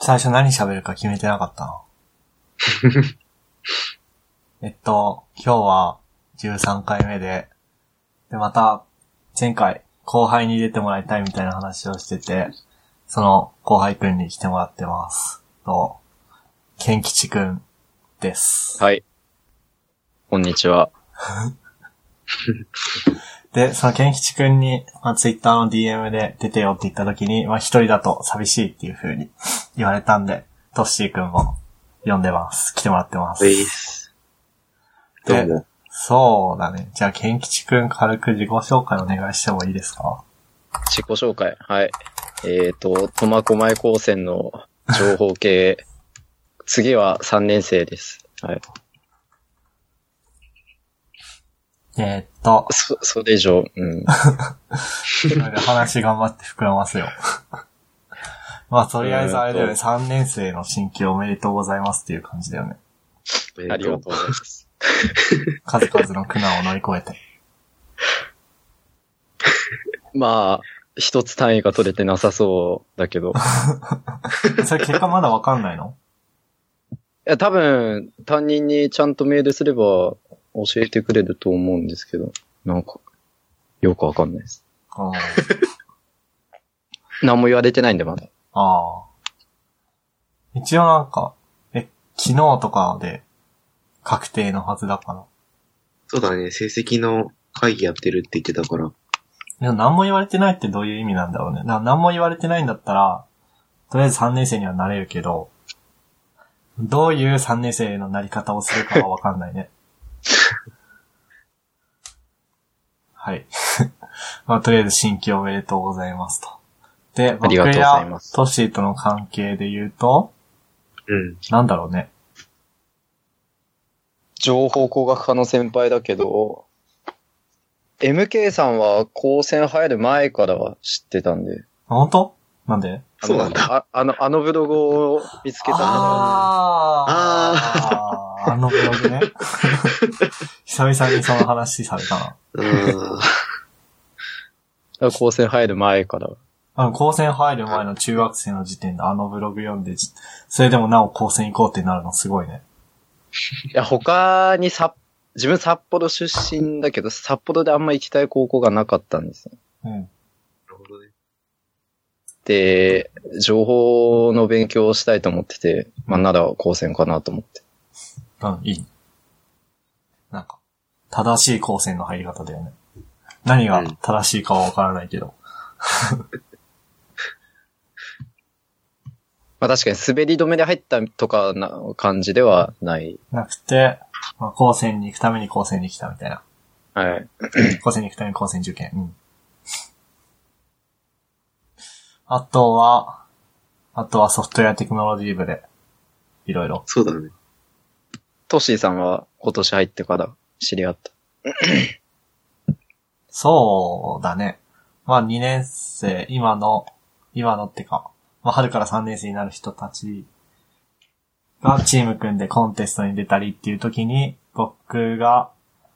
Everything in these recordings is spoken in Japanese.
最初何喋るか決めてなかったな。今日は13回目で、また前回後輩に出てもらいたいみたいな話をしてて、その後輩くんに来てもらってます。ケンキチくんです。 はい。こんにちは。 で、そのケンキチくんに、ツイッターの DM で出てよって言った時に、一人だと寂しいっていう風に言われたんで、トッシーくんも呼んでます。来てもらってます。 どうも。 そうだね。じゃあ、ケンキチくん軽く自己紹介お願いしてもいいですか？ 自己紹介。はい。苫小牧高専の情報系。次は3年生です。はい。それ以上、 話頑張って膨らますよ。とりあえずあれだよね、3年生の進級おめでとうございますっていう感じだよね。 ありがとうございます。 数々の苦難を乗り越えて。 一つ単位が取れてなさそうだけど。 それ結果まだわかんないの？ いや、多分、担任にちゃんとメールすれば教えてくれると思うんですけど、よくわかんないです。何も言われてないんで、まだ。 一応昨日とかで確定のはずだから。 そうだね、成績の会議やってるって言ってたから。 でも何も言われてないってどういう意味なんだろうね。何も言われてないんだったら、とりあえず3年生にはなれるけど、どういう3年生のなり方をするかはわかんないね。はい。とりあえず新規おめでとうございますと。で、僕やトッシーとの関係で言うと、なんだろうね。 情報工学科の先輩だけど、MK さんは高専入る前から知ってたんで。 本当？なんで？ そうなんだ。 あのブログを見つけたんだ。 あのブログね。久々にその話されたな。高専入る前から。 高専入る前の中学生の時点であのブログ読んで、それでもなお高専行こうってなるのすごいね。 いや、他に自分札幌出身だけど、札幌であんま行きたい高校がなかったんですよ。 なるほどね。 で、情報の勉強をしたいと思ってて、なら高専かなと思って。 いい。正しい高専の入り方だよね。何が正しいかはわからないけど。 確かに滑り止めで入ったとかな感じではない。 なくて、高専に行くために高専に来たみたいな。 はい。 高専に行くために高専受験。あとはソフトウェアテクノロジー部で、いろいろ。 そうだね。 トッシーさんは今年入ってから知り合った。 そうだね。2年生、今のってか、春から3年生になる人たちがチーム組んでコンテストに出たりっていう時に、僕が、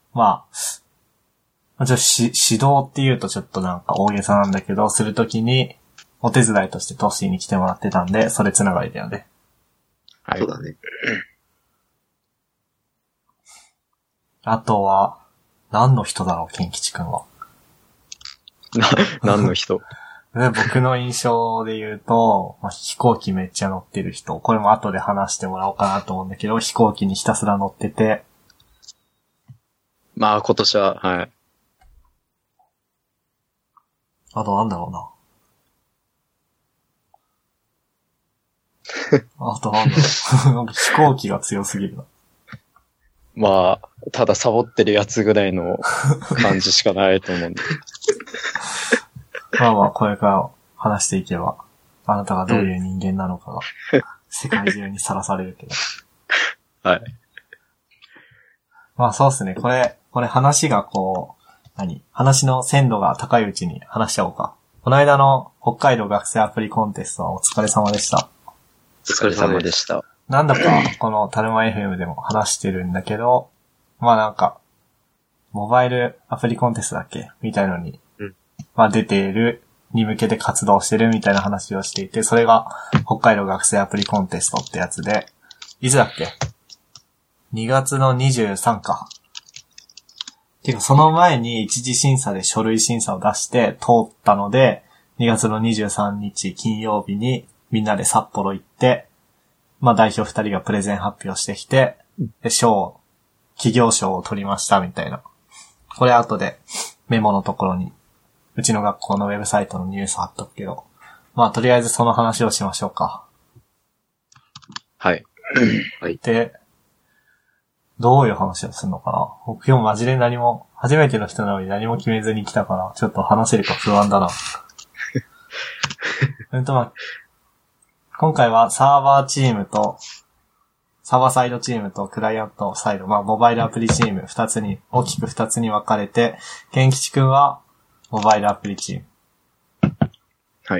指導って言うとちょっと大げさなんだけど、するときに、お手伝いとしてトッシーに来てもらってたんで、それつながりだよね。 はい。そうだね。 あとは、何の人だろう、ケンキチ君は。 何の人？ 僕の印象で言うと、飛行機めっちゃ乗ってる人。これも後で話してもらおうかなと思うんだけど、飛行機にひたすら乗ってて。 今年は、はい。 あとなんだろうな。あとなんだろう。飛行機が強すぎるな。ただサボってるやつぐらいの感じしかないと思うんで。 これから話していけば、あなたがどういう人間なのかが、世界中にさらされるけど。 はい。 そうっすね。これ話が話の鮮度が高いうちに話しちゃおうか。この間の北海道学生アプリコンテストはお疲れ様でした。 お疲れ様でした。 なんだか、このタルマ FM でも話してるんだけど、モバイルアプリコンテストだっけみたいのに、出ているに向けて活動してるみたいな話をしていて、それが北海道学生アプリコンテストってやつで、いつだっけ ?2 月の23か。てかその前に一次審査で書類審査を出して通ったので、2月の23日金曜日にみんなで札幌行って、まあ代表2人がプレゼン発表してきて、で、企業賞を取りましたみたいな。これ後でメモのところに、うちの学校のウェブサイトのニュース貼っとくけど、まあとりあえずその話をしましょうか。 はい。 はい。 で、どういう話をするのかな？僕今日マジで初めての人なのに何も決めずに来たから、ちょっと話せるか不安だな。まあ、今回はサーバーサイドチームとクライアントサイド、まあモバイルアプリチーム大きく二つに分かれて、ケンキチ君はモバイルアプリチーム。 はい。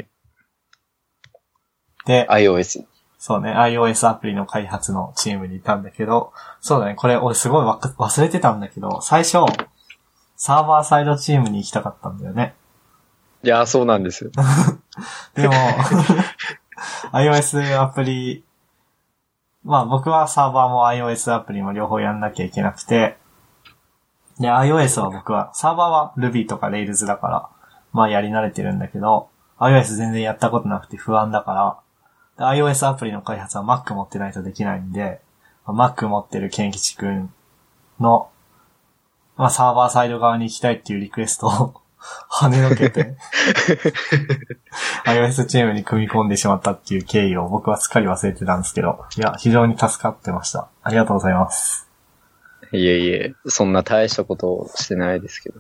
で、 iOS。 そうね、iOS アプリの開発のチームにいたんだけど、そうだね、これ俺すごい忘れてたんだけど、最初、サーバーサイドチームに行きたかったんだよね。 いや、そうなんですよ。 でも、iOS アプリ、まあ僕はサーバーも iOS アプリも両方やんなきゃいけなくて、で、iOS は僕は、サーバーは Ruby とか Rails だから、まあやり慣れてるんだけど、iOS 全然やったことなくて不安だから、iOS アプリの開発は Mac 持ってないとできないんで、Mac 持ってるケンキチ君の、まあサーバーサイド側に行きたいっていうリクエストを跳ねのけて、iOS チームに組み込んでしまったっていう経緯を僕はすっかり忘れてたんですけど、いや、非常に助かってました。ありがとうございます。 いえいえ、そんな大したことをしてないですけど。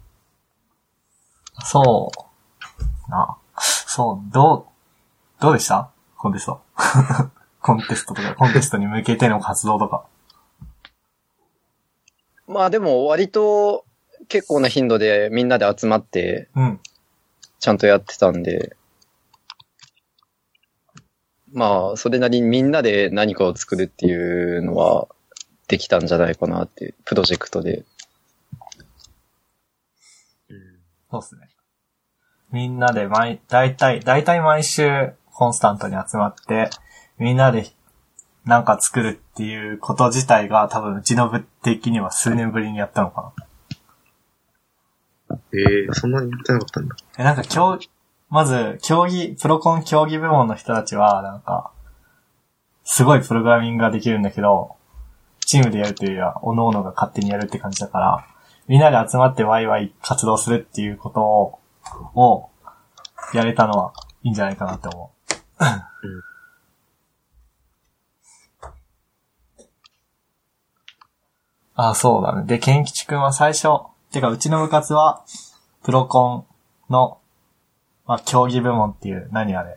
どうでしたコンテスト。コンテストに向けての活動とか。 まあでも割と結構な頻度でみんなで集まって、ちゃんとやってたんで、まあそれなりにみんなで何かを作るっていうのはできたんじゃないかなっていうプロジェクトで。 そうですね。みんなでだいたい毎週コンスタントに集まって、みんなでなんか作るっていうこと自体が多分うちの部的には数年ぶりにやったのかな。そんなにやってなかったんだ。 なんかまずプロコン競技部門の人たちはなんか、すごいプログラミングができるんだけど、チームでやるというよりは、各々が勝手にやるって感じだから、みんなで集まってワイワイ活動するっていうことをやれたのはいいんじゃないかなって思う。あ、そうだね。で、ケンキチ君は最初、てかうちの部活は、プロコンの、まあ、競技部門っていう、何あれ。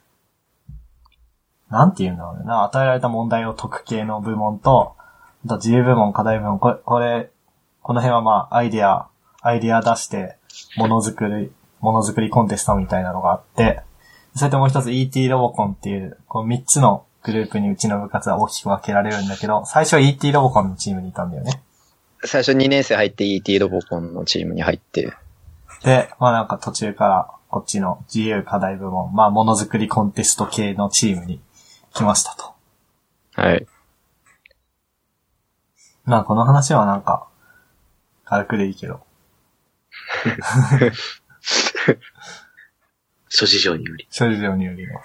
なんて言うんだろうね。与えられた問題を解く系の部門と、あと自由部門、課題部門、この辺はまあ、アイディア出して、ものづくりコンテストみたいなのがあって、それともう一つ ET ロボコンっていう、この3つのグループにうちの部活は大きく分けられるんだけど、最初 ET ロボコンのチームにいたんだよね。 最初2年生入って ET ロボコンのチームに入って。 で、まあなんか途中からこっちの自由課題部門、まあものづくりコンテスト系のチームに来ましたと。 はい。 まあこの話はなんか、軽くでいいけど。 諸事情によりの。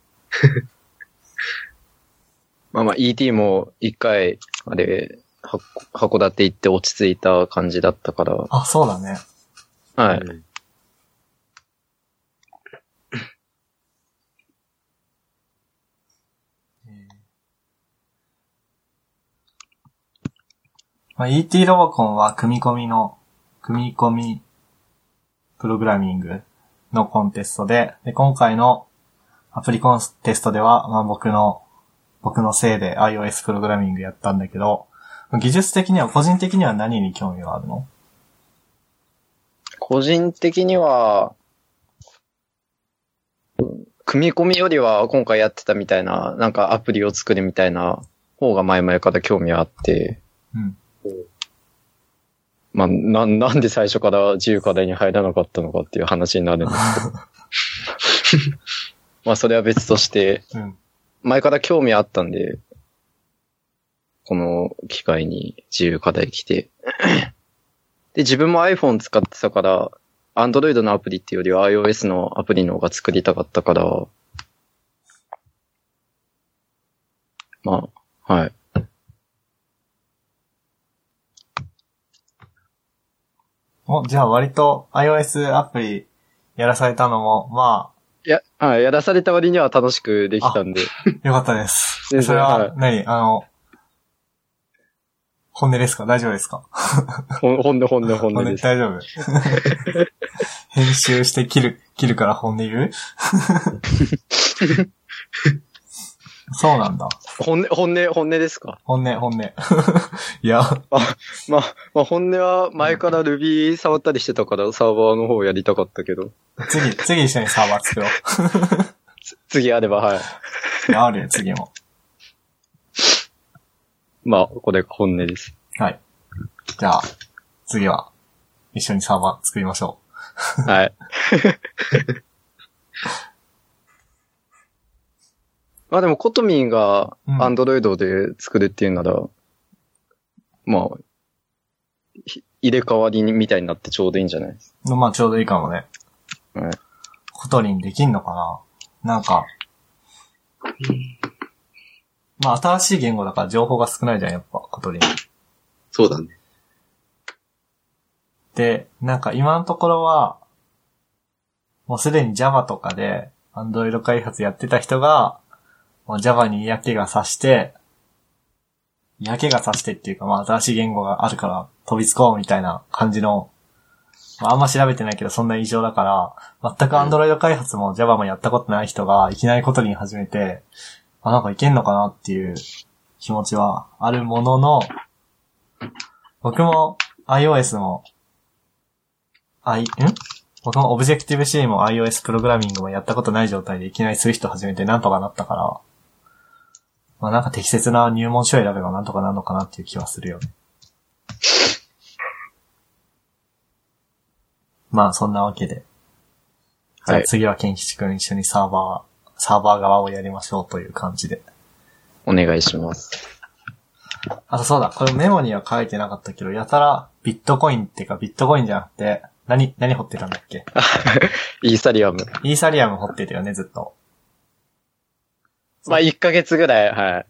まあ ET も一回、函館行って落ち着いた感じだったから。 あ、そうだね。 はい。 まあ、ET ロボコンは組み込みプログラミングのコンテストで、今回のアプリコンテストでは、まあ僕のせいで iOS プログラミングやったんだけど、技術的には、個人的には何に興味があるの？ 個人的には、組み込みよりは今回やってたみたいな、なんかアプリを作るみたいな方が前々から興味あって、まあ、なんで最初から自由課題に入らなかったのかっていう話になるんですけど。 まあそれは別として、 うん。 前から興味あったんで、この機会に自由課題来て。で、自分も iPhone 使ってたから、Android のアプリっていうよりは iOS のアプリの方が作りたかったから、まあ、はい。 じゃあ割と iOS アプリやらされたのも、まいや、はい、やらされた割には楽しくできたんで。 あ、よかったです。 全然それははい何、本音ですか？大丈夫ですか？ 本音です。 大丈夫編集して切るから本音言うそうなんだ。 本音ですか？ 本音。いや。 まあ、本音は前から Ruby 触ったりしてたからサーバーの方やりたかったけど。 次一緒にサーバー作ろう。 次あれば、はい。 いや、あるよ、次も。 まあ、これが本音です。 はい。じゃあ、次は、一緒にサーバー作りましょう。はい。まあでも、コトミンが Android で作るっていうなら、まあ、入れ替わりみたいになってちょうどいいんじゃないですか。まあ、ちょうどいいかもね。 はい。 コトリンできんのかな？なんか、まあ、新しい言語だから情報が少ないじゃん、やっぱ、コトリン。 そうだね。 で、なんか今のところは、もうすでに Java とかで Android 開発やってた人が、もう Java に嫌気がさしてっていうか、まあ新しい言語があるから飛びつこうみたいな感じの、まああんま調べてないけどそんな印象だから、全く Android 開発も Java もやったことない人がいきなりコトリン始めて、なんかいけんのかなっていう気持ちはあるものの、僕も iOS も、僕も Objective-C も iOS プログラミングもやったことない状態でいきなり Swift 始めてなんとかなったから、まあなんか適切な入門書を選べばなんとかなるのかなっていう気はするよね。まあそんなわけで。じゃあ次はケンキチ君一緒にサーバー側をやりましょうという感じで。 お願いします。 あとそうだ、これメモには書いてなかったけど、やたらビットコインってかビットコインじゃなくて、何掘ってたんだっけ？ イーサリアム。 イーサリアム掘ってたよね、ずっと。 まあ1ヶ月ぐらい、はい。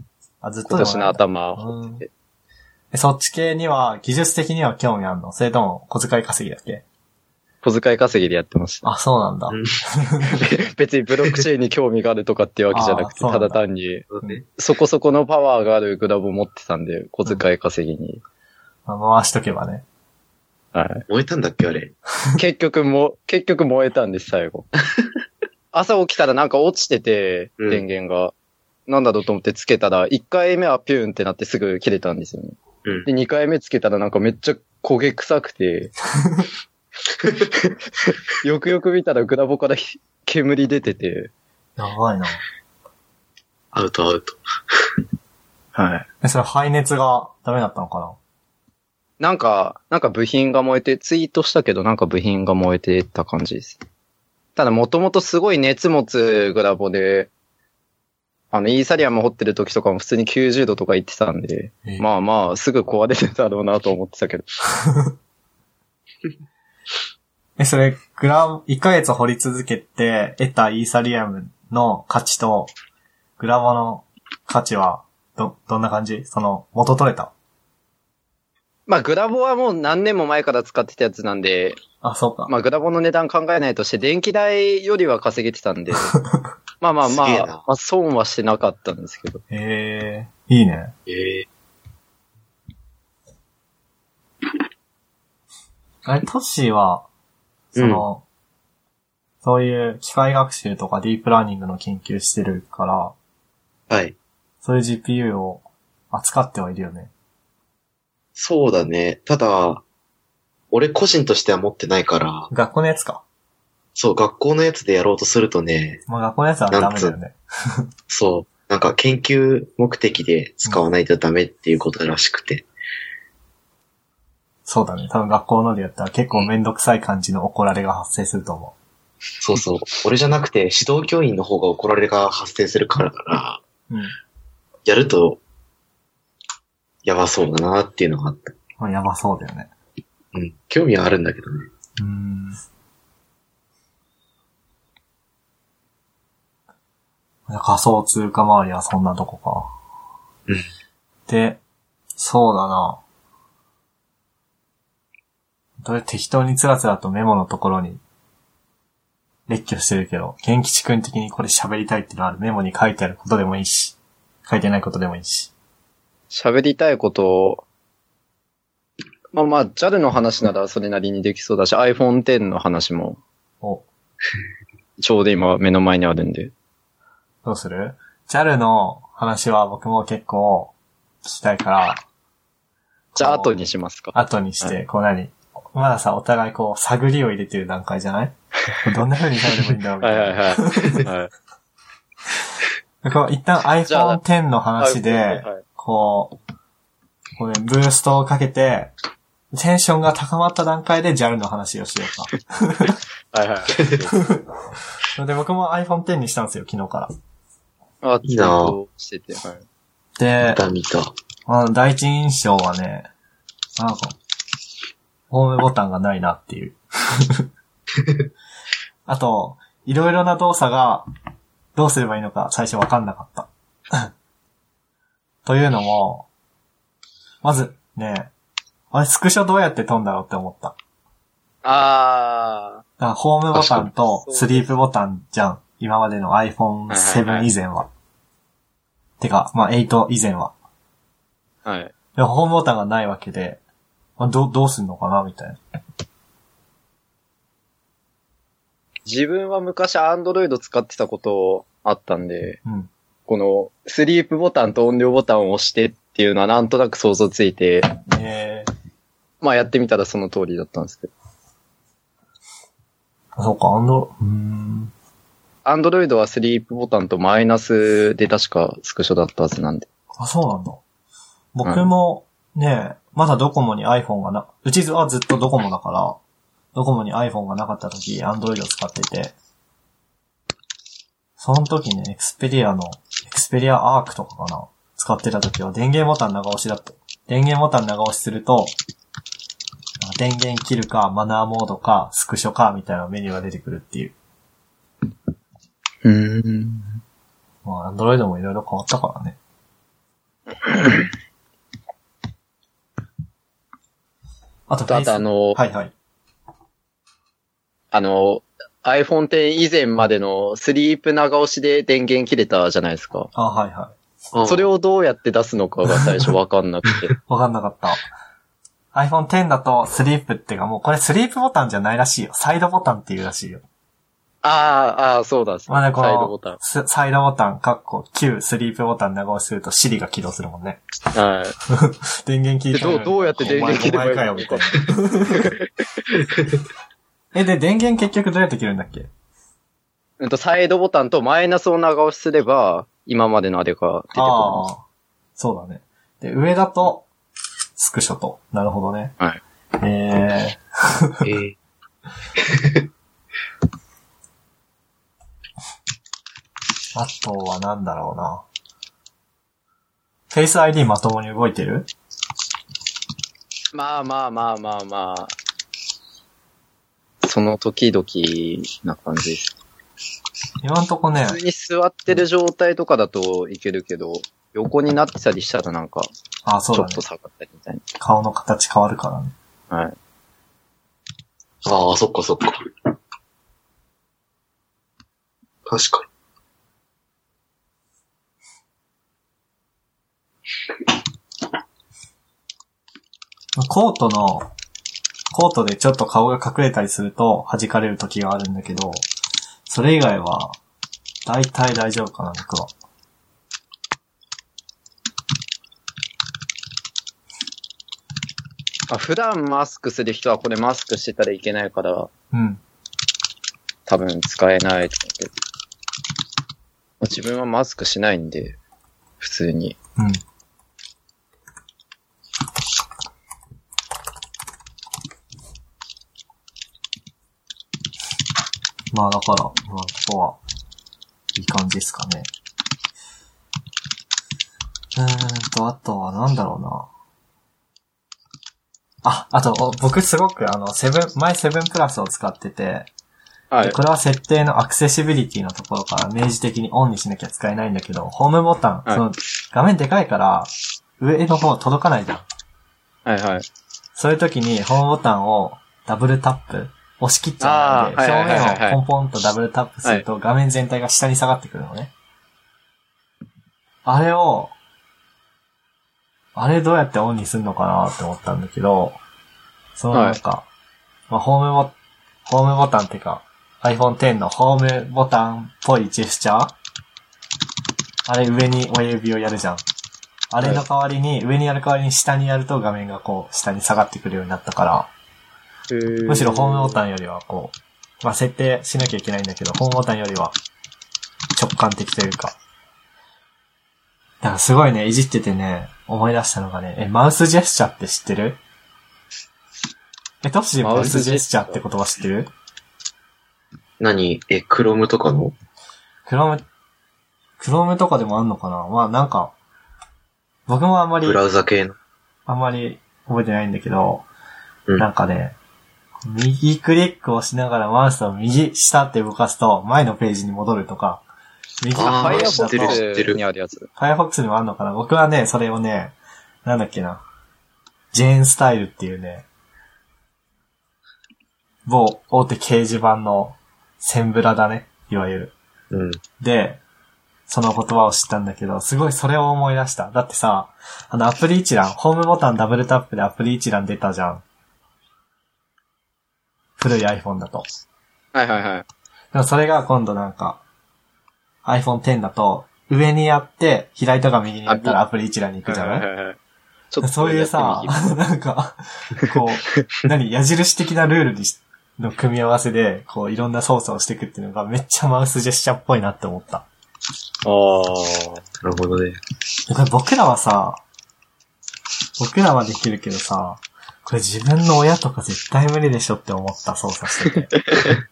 ずっと今年の頭。 そっち系には、技術的には興味あるの？それとも小遣い稼ぎだっけ？ 小遣い稼ぎでやってました。 あ、そうなんだ。 別にブロックチェーンに興味があるとかっていうわけじゃなくて、ただ単に、そこそこのパワーがあるグラブを持ってたんで、小遣い稼ぎに。 回しとけばね。 はい。 燃えたんだっけあれ。 結局燃えたんです、最後。朝起きたらなんか落ちてて、電源が。なんだろうと思ってつけたら、1回目はピューンってなってすぐ切れたんですよね。で、2回目つけたらなんかめっちゃ焦げ臭くて、よくよく見たらグラボから煙出てて。 やばいな。 アウト。 はい。 それ排熱がダメだったのかな？ なんか部品が燃えて、ツイートしたけどなんか部品が燃えてた感じです。ただもともとすごい熱持つグラボで、イーサリアム掘ってる時とかも普通に90度とか言ってたんで、まあまあすぐ壊れてたろうなと思ってたけど。 それ、1ヶ月掘り続けて得たイーサリアムの価値と、グラボの価値は、どんな感じ？元取れた？ まあ、グラボはもう何年も前から使ってたやつなんで、 あ、そうか。 まあ、グラボの値段考えないとして、電気代よりは稼げてたんで、まあ、損はしてなかったんですけど。 いいね。あれ、トッシーは、そういう機械学習とかディープラーニングの研究してるから、 はい。 そういう GPU を扱ってはいるよね。 そうだね。ただ、俺個人としては持ってないから。 学校のやつか。 そう、学校のやつでやろうとするとね。 まあ学校のやつはダメだよね。 そう。なんか研究目的で使わないとダメっていうことらしくて。 そうだね。多分学校のでやったら結構めんどくさい感じの怒られが発生すると思そうそう。俺じゃなくて指導教員の方が怒られが発生するからだな。 うん。 やると、やばそうだなっていうのがあった。 まあ、やばそうだよね。 うん。興味はあるんだけどね。 仮想通貨周りはそんなとこか。 うん。 で、そうだな。どれ適当につらつらとメモのところに列挙してるけど、ケンキチ君的にこれ喋りたいっていうのはある。メモに書いてあることでもいいし、書いてないことでもいいし。 喋りたいことを、まあ、JAL の話ならそれなりにできそうだし、iPhone X の話も、ちょうど今目の前にあるんで。 どうする？ JAL の話は僕も結構聞きたいから。 じゃあ後にしますか。 後にして、こうまださ、お互いこう、探りを入れてる段階じゃないどんな風に喋ればいいんだろうみたいな。 はい。 こう一旦 iPhone X の話で、こうね、ブーストをかけて、テンションが高まった段階で JAL の話をしようか。で、僕も iPhone X にしたんですよ、昨日から。 いいなしてて、はい。 で、 見た。 第一印象はね、ホームボタンがないなっていう。あと、いろいろな動作がどうすればいいのか最初わかんなかった。というのも、まずね、スクショどうやって撮んだろうって思った。ホームボタンとスリープボタンじゃん。今までの iPhone 7以前は。てか、8以前は。 はい。 でもホームボタンがないわけで、どうすんのかなみたいな。 自分は昔 Android 使ってたことあったんで、 うん、 このスリープボタンと音量ボタンを押してっていうのはなんとなく想像ついて、やってみたらその通りだったんですけど。 そうか、 Android はスリープボタンとマイナスで確かスクショだったはずなんで。 そうなんだ。僕もね、まだドコモに iPhone がうちはずっとドコモだから、ドコモに iPhone がなかった時、Android を使ってて、その時ね、Xperia アークとかかな使ってた時は電源ボタン長押しだった。電源ボタン長押しすると、電源切るか、マナーモードか、スクショか、みたいなメニューが出てくるっていう。Android もいろいろ変わったからね。あとはいはい。 iPhone X 以前までのスリープ長押しで電源切れたじゃないですか。 はいはい。 それをどうやって出すのかが最初わかんなくて。 わかんなかった。iPhone X だとスリープってかもうこれスリープボタンじゃないらしいよ。サイドボタンっていうらしいよ。 そうだ。 サイドボタン。 サイドボタン、旧スリープボタン長押しすると Siri が起動するもんね。 はい。 電源切り替える。 どうやって電源切ればいいのかよ、みたいな。で、電源結局どうやって切るんだっけ？ サイドボタンとマイナスを長押しすれば、今までのあれが出てくるんです。 そうだね。で、上だと、スクショと。なるほどね。 はい。 あとはなんだろうな。Face ID まともに動いてる？ まあ。その時々な感じです。 今んとこね。 普通に座ってる状態とかだといけるけど、横になってたりしたらなんか、 そうだね、 ちょっと下がったりみたいな。 顔の形変わるからね。 はい。 そっか。確かに。 コートでちょっと顔が隠れたりすると弾かれる時があるんだけど、それ以外は、だいたい大丈夫かな、僕は。 普段マスクする人はこれマスクしてたらいけないから、多分使えないと思うけど。自分はマスクしないんで、普通に。 まあだから、ここは、いい感じですかね。あとはなんだろうな。あと、僕すごく前セブンプラスを使ってて、 はい。 これは設定のアクセシビリティのところから明示的にオンにしなきゃ使えないんだけど、ホームボタン、 はいその画面でかいから上の方届かないじゃん。 はいはい。 そういう時にホームボタンをダブルタップ、押し切っちゃうので、 はいはいはいはい表面をポンポンとダブルタップすると画面全体が下に下がってくるのね。あれどうやってオンにするのかなって思ったんだけど、そのなんか、まあ、ホームボタンっていうか、iPhone X のホームボタンっぽいジェスチャー、あれ上に親指をやるじゃん。あれの代わりに、上にやる代わりに下にやると画面がこう下に下がってくるようになったから、むしろホームボタンよりはこう、まあ、設定しなきゃいけないんだけど、ホームボタンよりは直感的というか。だからすごいね、いじっててね、思い出したのがね、マウスジェスチャーって知ってる？トッシーマウスジェスチャーって言葉知ってる？ 何？クロムとかの？ クロムとかでもあんのかな？まあなんか、僕もあんまり、 ブラウザ系の。 あんまり覚えてないんだけど、 うん、 なんかね、右クリックをしながらマウスを右下って動かすと前のページに戻るとか、右クリックしたと、 Firefox にあるやつ。 Firefox にもあんのかな？僕はね、それをね、なんだっけな、ジェーンスタイルっていうね、某大手掲示板のセンブラだね、いわゆる。 うん。 で、その言葉を知ったんだけど、すごいそれを思い出した。だってさ、アプリ一覧、ホームボタンダブルタップでアプリ一覧出たじゃん。古い iPhone だと。 はいはいはい。 でもそれが今度なんか、iPhone X だと、上にやって、左とか右にやったらアプリ一覧に行くじゃない？ はいはいはい。ちょっとそういうさ、なんか、こう、矢印的なルールの組み合わせで、こういろんな操作をしていくっていうのがめっちゃマウスジェスチャーっぽいなって思った。 ああ、なるほどね。 僕らはできるけどさ、これ自分の親とか絶対無理でしょって思った操作してて。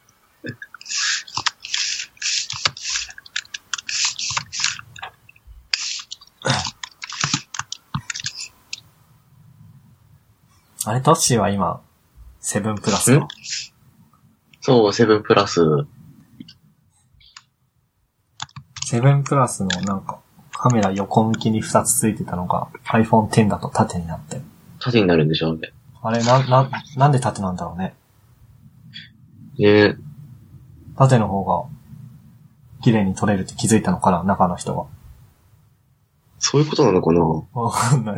あれ、トッシーは今、セブンプラスか？ そう、セブンプラス。 セブンプラスのなんか、カメラ横向きに2つついてたのが iPhone X だと縦になってる。 縦になるんでしょうね。 あれ、なんで縦なんだろうね。 ねえ。 縦の方が綺麗に撮れるって気づいたのかな、中の人が。 そういうことなのかな？ わかんない。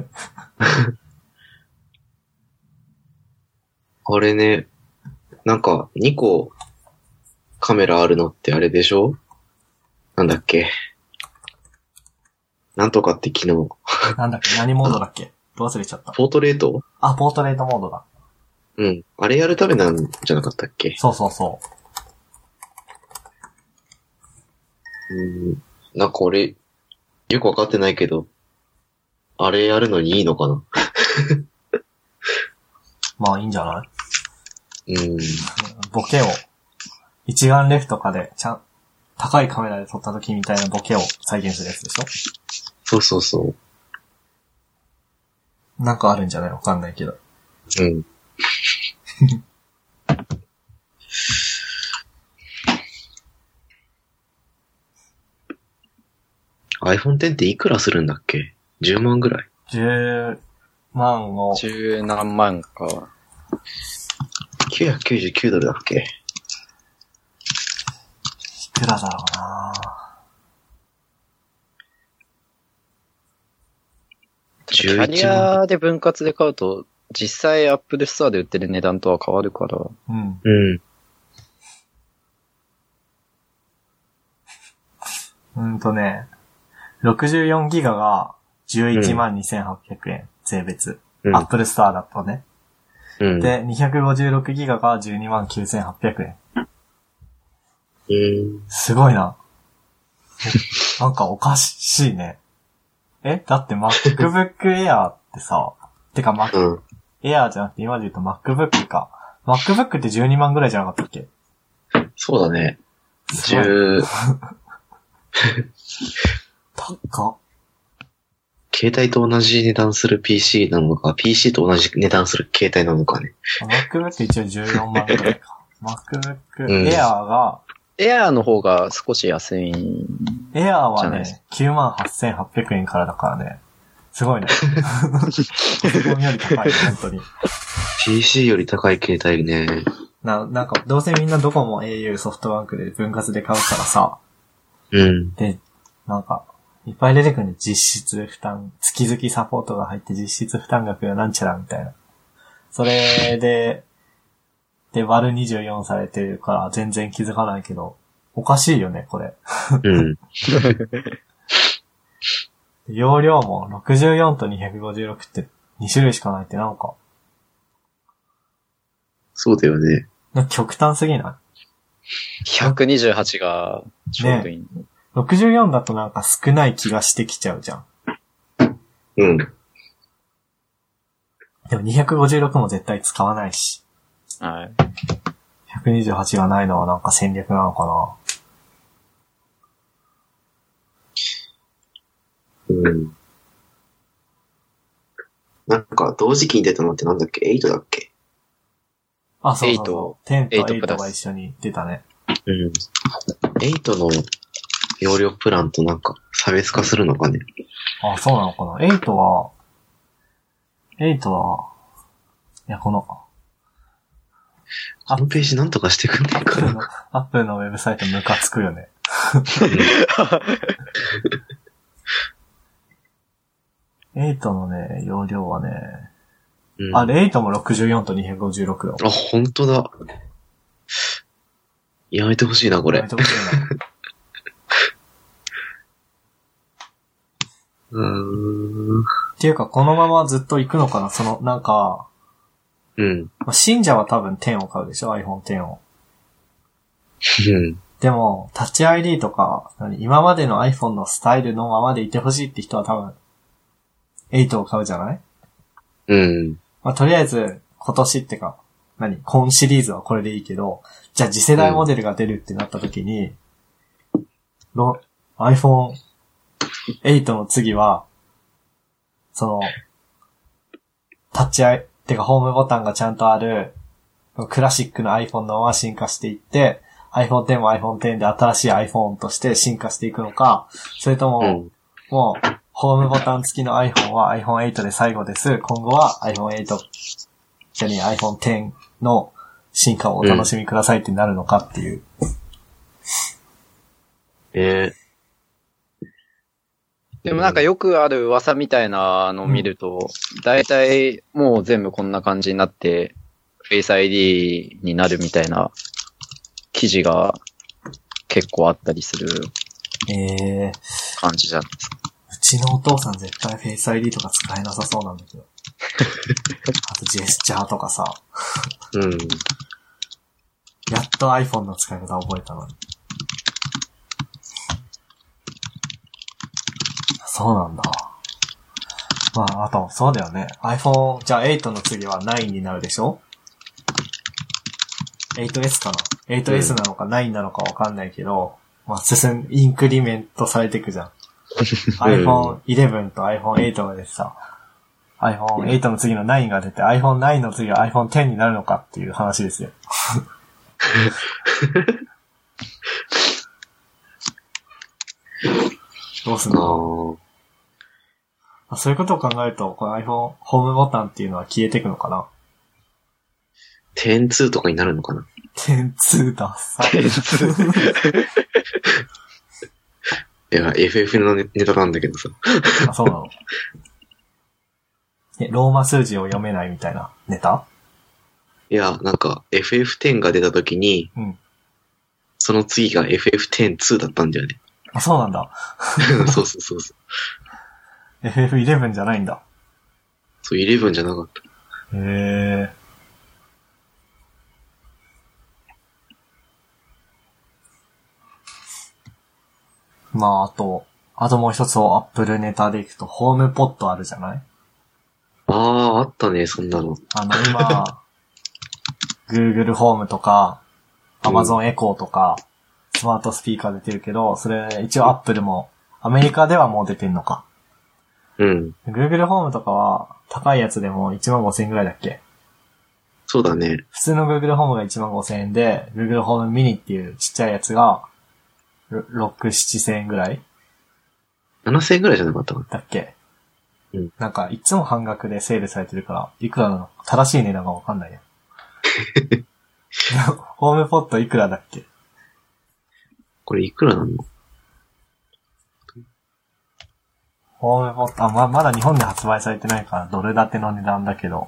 あれね、なんか2個カメラあるのってあれでしょ？なんだっけ？なんとかって機能。 なんだっけ、何モードだっけ？忘れちゃった。 ポートレート？ あ、ポートレートモードだ。 うん。あれやるためなんじゃなかったっけ？ そうそうそう。なんか俺、よくわかってないけど、あれやるのにいいのかな？ まあいいんじゃない？ボケを、一眼レフとかで、高いカメラで撮った時みたいなボケを再現するやつでしょ？ そうそうそう。 なんかあるんじゃない？わかんないけど。 うん。iPhone X っていくらするんだっけ？ 10 万ぐらい？ 10万を。 10何万か。 999ドルだっけ？ いくらだろうな。 キャリアで分割で買うと、実際アップルストアで売ってる値段とは変わるから。 うん。 うん。 64ギガが11万2800円、税別。アップルストアだとね。 うん、 で、256ギガが12万9800円。すごいな。なんかおかしいね。だって MacBook Air ってさ、てかAir じゃなくて今で言うと MacBook か。MacBook って12万ぐらいじゃなかったっけ？ そうだね。 すごい 10、 高っ。 携帯と同じ値段する PC なのか、PC と同じ値段する携帯なのかね。 MacBook 一応14万くらいか。MacBook うん Air が、 エアーの方が少し安い。 Air はじゃないですね、98,800円からだからね。すごいね。パソコンより高い、本当に。 PC より高い携帯ね。 なんか、どうせみんなドコモ、au、ソフトバンクで分割で買うからさ、 うん。 で、なんか、いっぱい出てくるね。実質負担、月々サポートが入って実質負担額がなんちゃらみたいな。それで、割る24されてるから全然気づかないけど、おかしいよね、これ。 うん。 容量も64と256って2種類しかないってなんかそうだよね。 極端すぎない？ 128がちょうどいい。 64だとなんか少ない気がしてきちゃうじゃん。 うん。 でも256も絶対使わないし。 はい。 128がないのはなんか戦略なのかな。 うん。なんか、同時期に出たのってなんだっけ ?8 だっけあ、そうそうそう。10と 8 8が一緒に出たね。 うん。8の容量プランとなんか差別化するのかね。 あ、そうなのかな。8は、いや、こののページなんとかしてくんないかな。 アップルのウェブサイトムカつくよね。8のね、容量はね、 うん、 あれ、8も64と256よ。 あ、ほんとだ。やめてほしいな、これ。 やめてほしいな。っていうか、このままずっと行くのかななんか、 うん。 信者は多分10を買うでしょ ?iPhone X を。 うん。 でも、タッチ ID とか、今までの iPhone のスタイルのままでいてほしいって人は多分、8を買うじゃない？ うん。 まあ、とりあえず、今年ってか、今シリーズはこれでいいけど、じゃあ次世代モデルが出るってなった時に、iPhone 8の次は、タッチてかホームボタンがちゃんとある、クラシックの iPhone のまま進化していって、iPhone X も iPhone X で新しい iPhone として進化していくのか、それとも、もう、ホームボタン付きの iPhone は iPhone 8で最後です。今後は iPhone 8、iPhone X の進化をお楽しみくださいってなるのかっていう。 でもなんかよくある噂みたいなのを見ると、だいたいもう全部こんな感じになって、Face ID になるみたいな記事が結構あったりする感じじゃないですか。 うちのお父さん絶対 Face ID とか使えなさそうなんだけど。あとジェスチャーとかさ。 うん。 やっと iPhone の使い方覚えたのに。そうなんだ。まあ、あと、そうだよね。iPhone、じゃあ8の次は9になるでしょ？ 8S かな？ 8S なのか9なのかわかんないけど、まあ、インクリメントされていくじゃん。iPhone 11と iPhone 8が出てさ、iPhone 8の次の9が出て、iPhone 9の次は iPhone 10になるのかっていう話ですよ。どうすんの？そういうことを考えると、この iPhone ホームボタンっていうのは消えていくのかな？ 10-2 とかになるのかな？ 10-2 ださ。 いや、FF のネタなんだけどさ。 あ、そうなの？ローマ数字を読めないみたいなネタ？ いや、なんか FF10 が出た時に、その次が FF10-2 だったんだよね。 あ、そうなんだ。 そうそうそうそう。 FF11 じゃないんだ。 そう、11じゃなかった。 へー。まあ、あともう一つを Apple ネタでいくと、ホームポットあるじゃない？ ああったね、そんなの。 今、Google ホームとか、 Amazon Echo とか、スマートスピーカー出てるけど、それ一応 Apple も、アメリカではもう出てんのか。 うん。 Google ホームとかは、高いやつでも15,000円ぐらいだっけ？ そうだね。 普通の Google ホームが15,000円で、Google ホームミニっていうちっちゃいやつが、6、7,000円ぐらい 7000円ぐらいじゃなかったかな。 だっけ？ うん。 なんか、いつも半額でセールされてるから、いくらなの？正しい値段がわかんないよ。ホームポットいくらだっけ？ これいくらなの？ ホームポット、まだ日本で発売されてないから、ドル建ての値段だけど。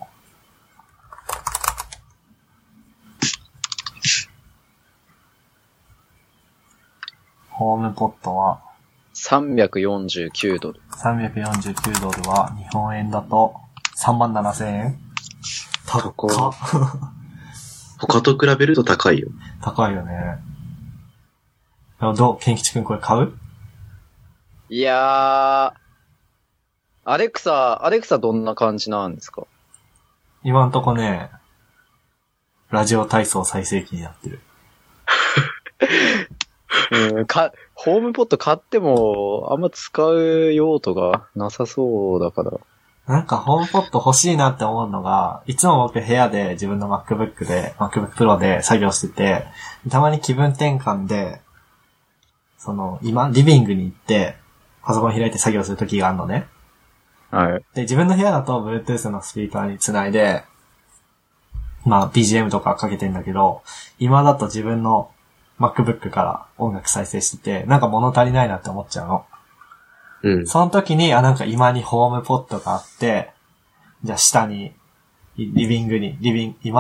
ホームポットは、 349ドル。 349ドルは、日本円だと、37,000円？高っ。 他と比べると高いよ。 高いよね。ケンキチ君これ買う？ いやー、アレクサどんな感じなんですか？ 今んとこね、ラジオ体操最盛期になってる。 ホームポット買っても、あんま使う用途がなさそうだから。 なんかホームポット欲しいなって思うのが、いつも僕部屋で自分の MacBook Pro で作業してて、たまに気分転換で、リビングに行って、パソコン開いて作業する時があるのね。 はい。 で、自分の部屋だと Bluetooth のスピーカーにつないで、BGM とかかけてんだけど、今だと自分の MacBook から音楽再生してて、なんか物足りないなって思っちゃうの。 うん。 その時に、なんか今にホームポットがあって、じゃあ下に、リビングに、リビング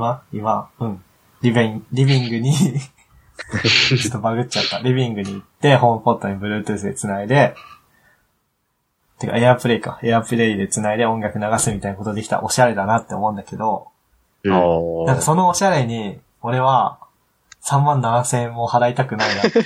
に、ちょっとバグっちゃった。リビングに行って、ホームポットに Bluetooth で繋いで、てか AirPlay で繋いで音楽流すみたいなことできたらおしゃれだなって思うんだけど、なんかそのおしゃれに、俺は、37,000円も払いたくないなって。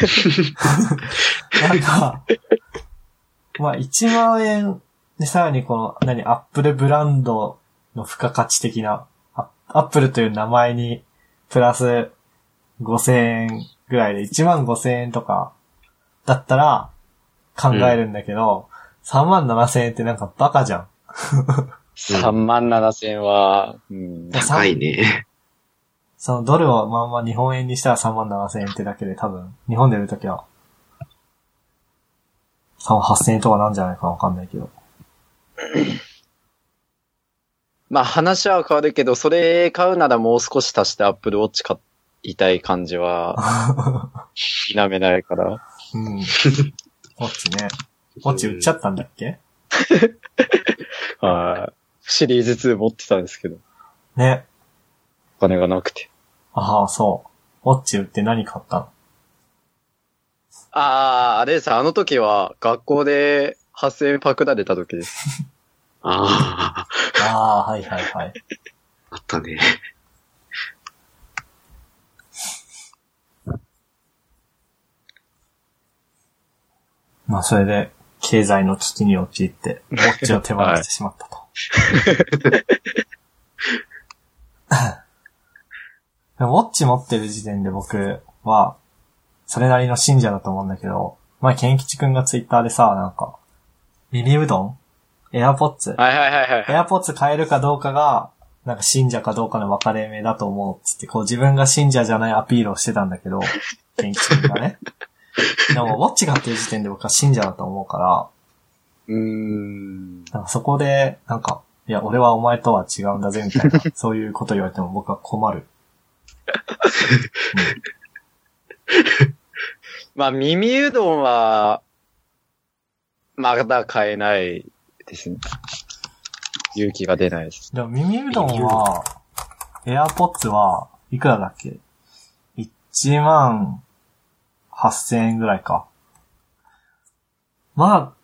なんか、1万円でさらにこの、アップルブランドの付加価値的な、アップルという名前に、プラス5,000円ぐらいで15,000円とか、だったら、考えるんだけど、37,000円ってなんかバカじゃん。 37,000円は、 高いね。 そのドルをまんま日本円にしたら37,000円ってだけで多分、日本で売るときは、8,000円とかなんじゃないかわかんないけど。 話は変わるけど、それ買うならもう少し足して Apple Watch 買いたい感じは、否めないから。 ウォッチね。ウォッチ売っちゃったんだっけ？ シリーズ2持ってたんですけど。 ね。 お金がなくて。 ああ、そう。ウォッチ売って何買ったの？ あれです。あの時は学校で8,000円パクられた時です。 ああ、はいはいはい。 あったね。 それで、経済の危機に陥って、ウォッチを手放してしまったと。ウォッチ持ってる時点で僕は、それなりの信者だと思うんだけど、前、ケンキチ君がツイッターでさ、なんか、耳うどん？エアポッツ。エアポッツ買えるかどうかが、なんか信者かどうかの分かれ目だと思うっつって、こう自分が信者じゃないアピールをしてたんだけど、ケンキチ君がね。でも、ウォッチ買ってる時点で僕は信者だと思うから、なんかそこで、なんか、いや、俺はお前とは違うんだぜ、みたいな、そういうこと言われても僕は困る。 耳うどんは、まだ買えないですね。勇気が出ないです。 でも耳うどんは、エアポッツはいくらだっけ？ 18,000円ぐらいか。 いや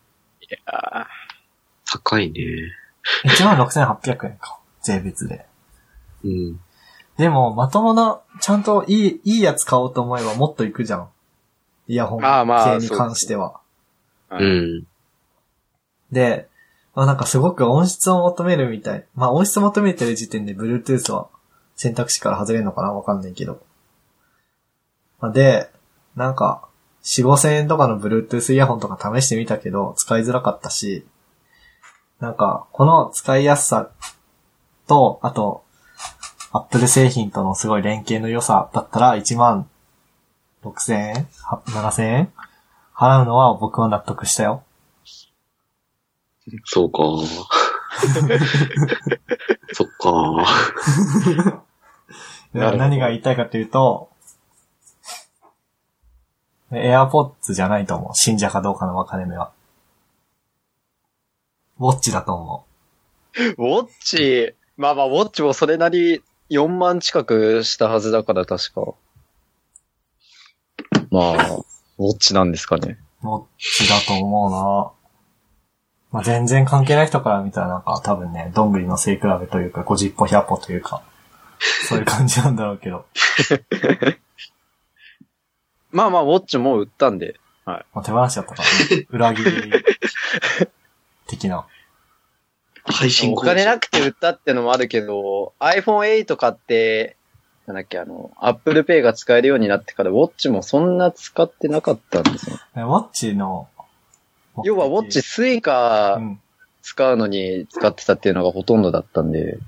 高いね。 16,800円か。税別で。でも、まともな、ちゃんといいやつ買おうと思えばもっといくじゃん。イヤホン系に関しては。で、なんかすごく音質を求めるみたい。音質求めてる時点で Bluetooth は選択肢から外れるのかなわかんないけど。 で、なんか、4、5千円とかの Bluetooth イヤホンとか試してみたけど、使いづらかったし、なんか、この使いやすさと、あと、Apple 製品とのすごい連携の良さだったら、16,000円 ?7,000 円払うのは僕は納得したよ。 そうか。そっか。 何が言いたいかというと、AirPods じゃないと思う。信者かどうかの分かれ目は。ウォッチだと思ウォッチ、まあまあ、ウォッチもそれなり4万近くしたはずだから確か。まあ、ウォッチなんですかね。 う。ウォッチだと思うな。まあ、全然関係ない人から見たらなんか多分ね、どんぐりの背比べというか、50歩100歩というか、そういう感じなんだろうけど。 まあまあ、ウォッチもう売ったんで。はい。 まあ、手放しちゃったからね。裏切り的な。 配信お金なくて売ったってのもあるけど、iPhone 8買って、なんだっけ、Apple Pay が使えるようになってから、ウォッチもそんな使ってなかったんですよ。 ウォッチの、 要はウォッチスイカ使うのに使ってたっていうのがほとんどだったんで、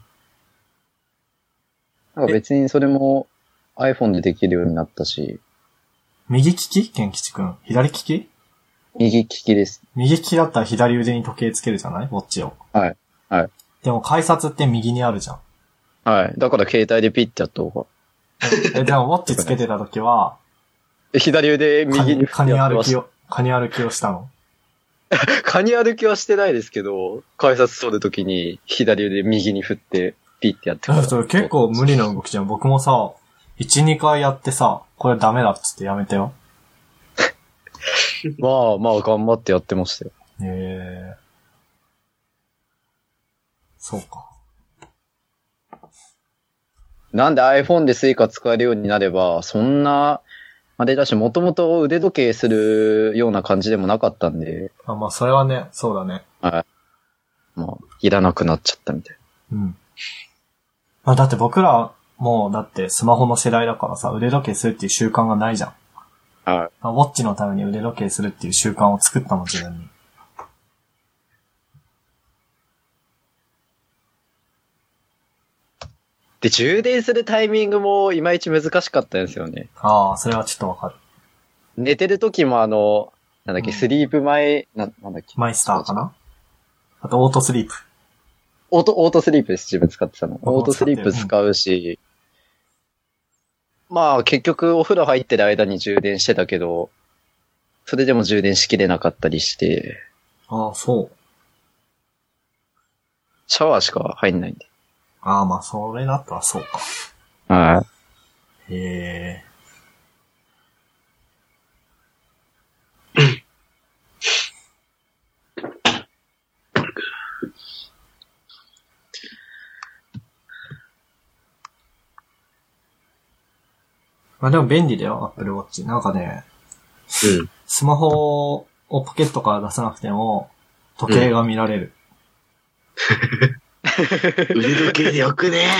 なんか別にそれも iPhone でできるようになったし。 右利きケンキチ君。左利き右利きです。 右利きだったら左腕に時計つけるじゃないウォッチを。 はい。はい。 でも改札って右にあるじゃん。 はい。だから携帯でピッてやった方が。 でもウォッチつけてた時は、 左腕右にカニ歩きをしたの。 カニ歩きはしてないですけど、改札通るときに左腕右に振ってピッてやってそれ結構無理な動きじゃん。僕もさ、1、2回やってさ、これダメだっつってやめたよ。 まあまあ頑張ってやってましたよ。 そうか。 なんで iPhone でスイカ使えるようになれば、そんな、あれだし、もともと腕時計するような感じでもなかったんで。 まあそれはね、そうだね。 はい。まあ、いらなくなっちゃったみたいな。うん。まあだって僕ら、もうだってスマホの世代だからさ、腕時計するっていう習慣がないじゃん。 はい。 ウォッチのために腕時計するっていう習慣を作ったの、自分に。 で、充電するタイミングもいまいち難しかったんですよね。 ああ、それはちょっとわかる。 寝てる時もなんだっけ、スリープ前、なんだっけ。 マイスターかな？あと、オートスリープ。 オートスリープです、自分使ってたの。オートスリープ使うし、まあ結局お風呂入ってる間に充電してたけど、それでも充電しきれなかったりして。 ああ、そう。 シャワーしか入んないんで。 ああ、まあそれだったらそうか。 はい。 へえ。まあでも便利だよ、Apple Watch。なんかね、 うん。 スマホをポケットから出さなくても、時計が見られる。 腕時計でよくね。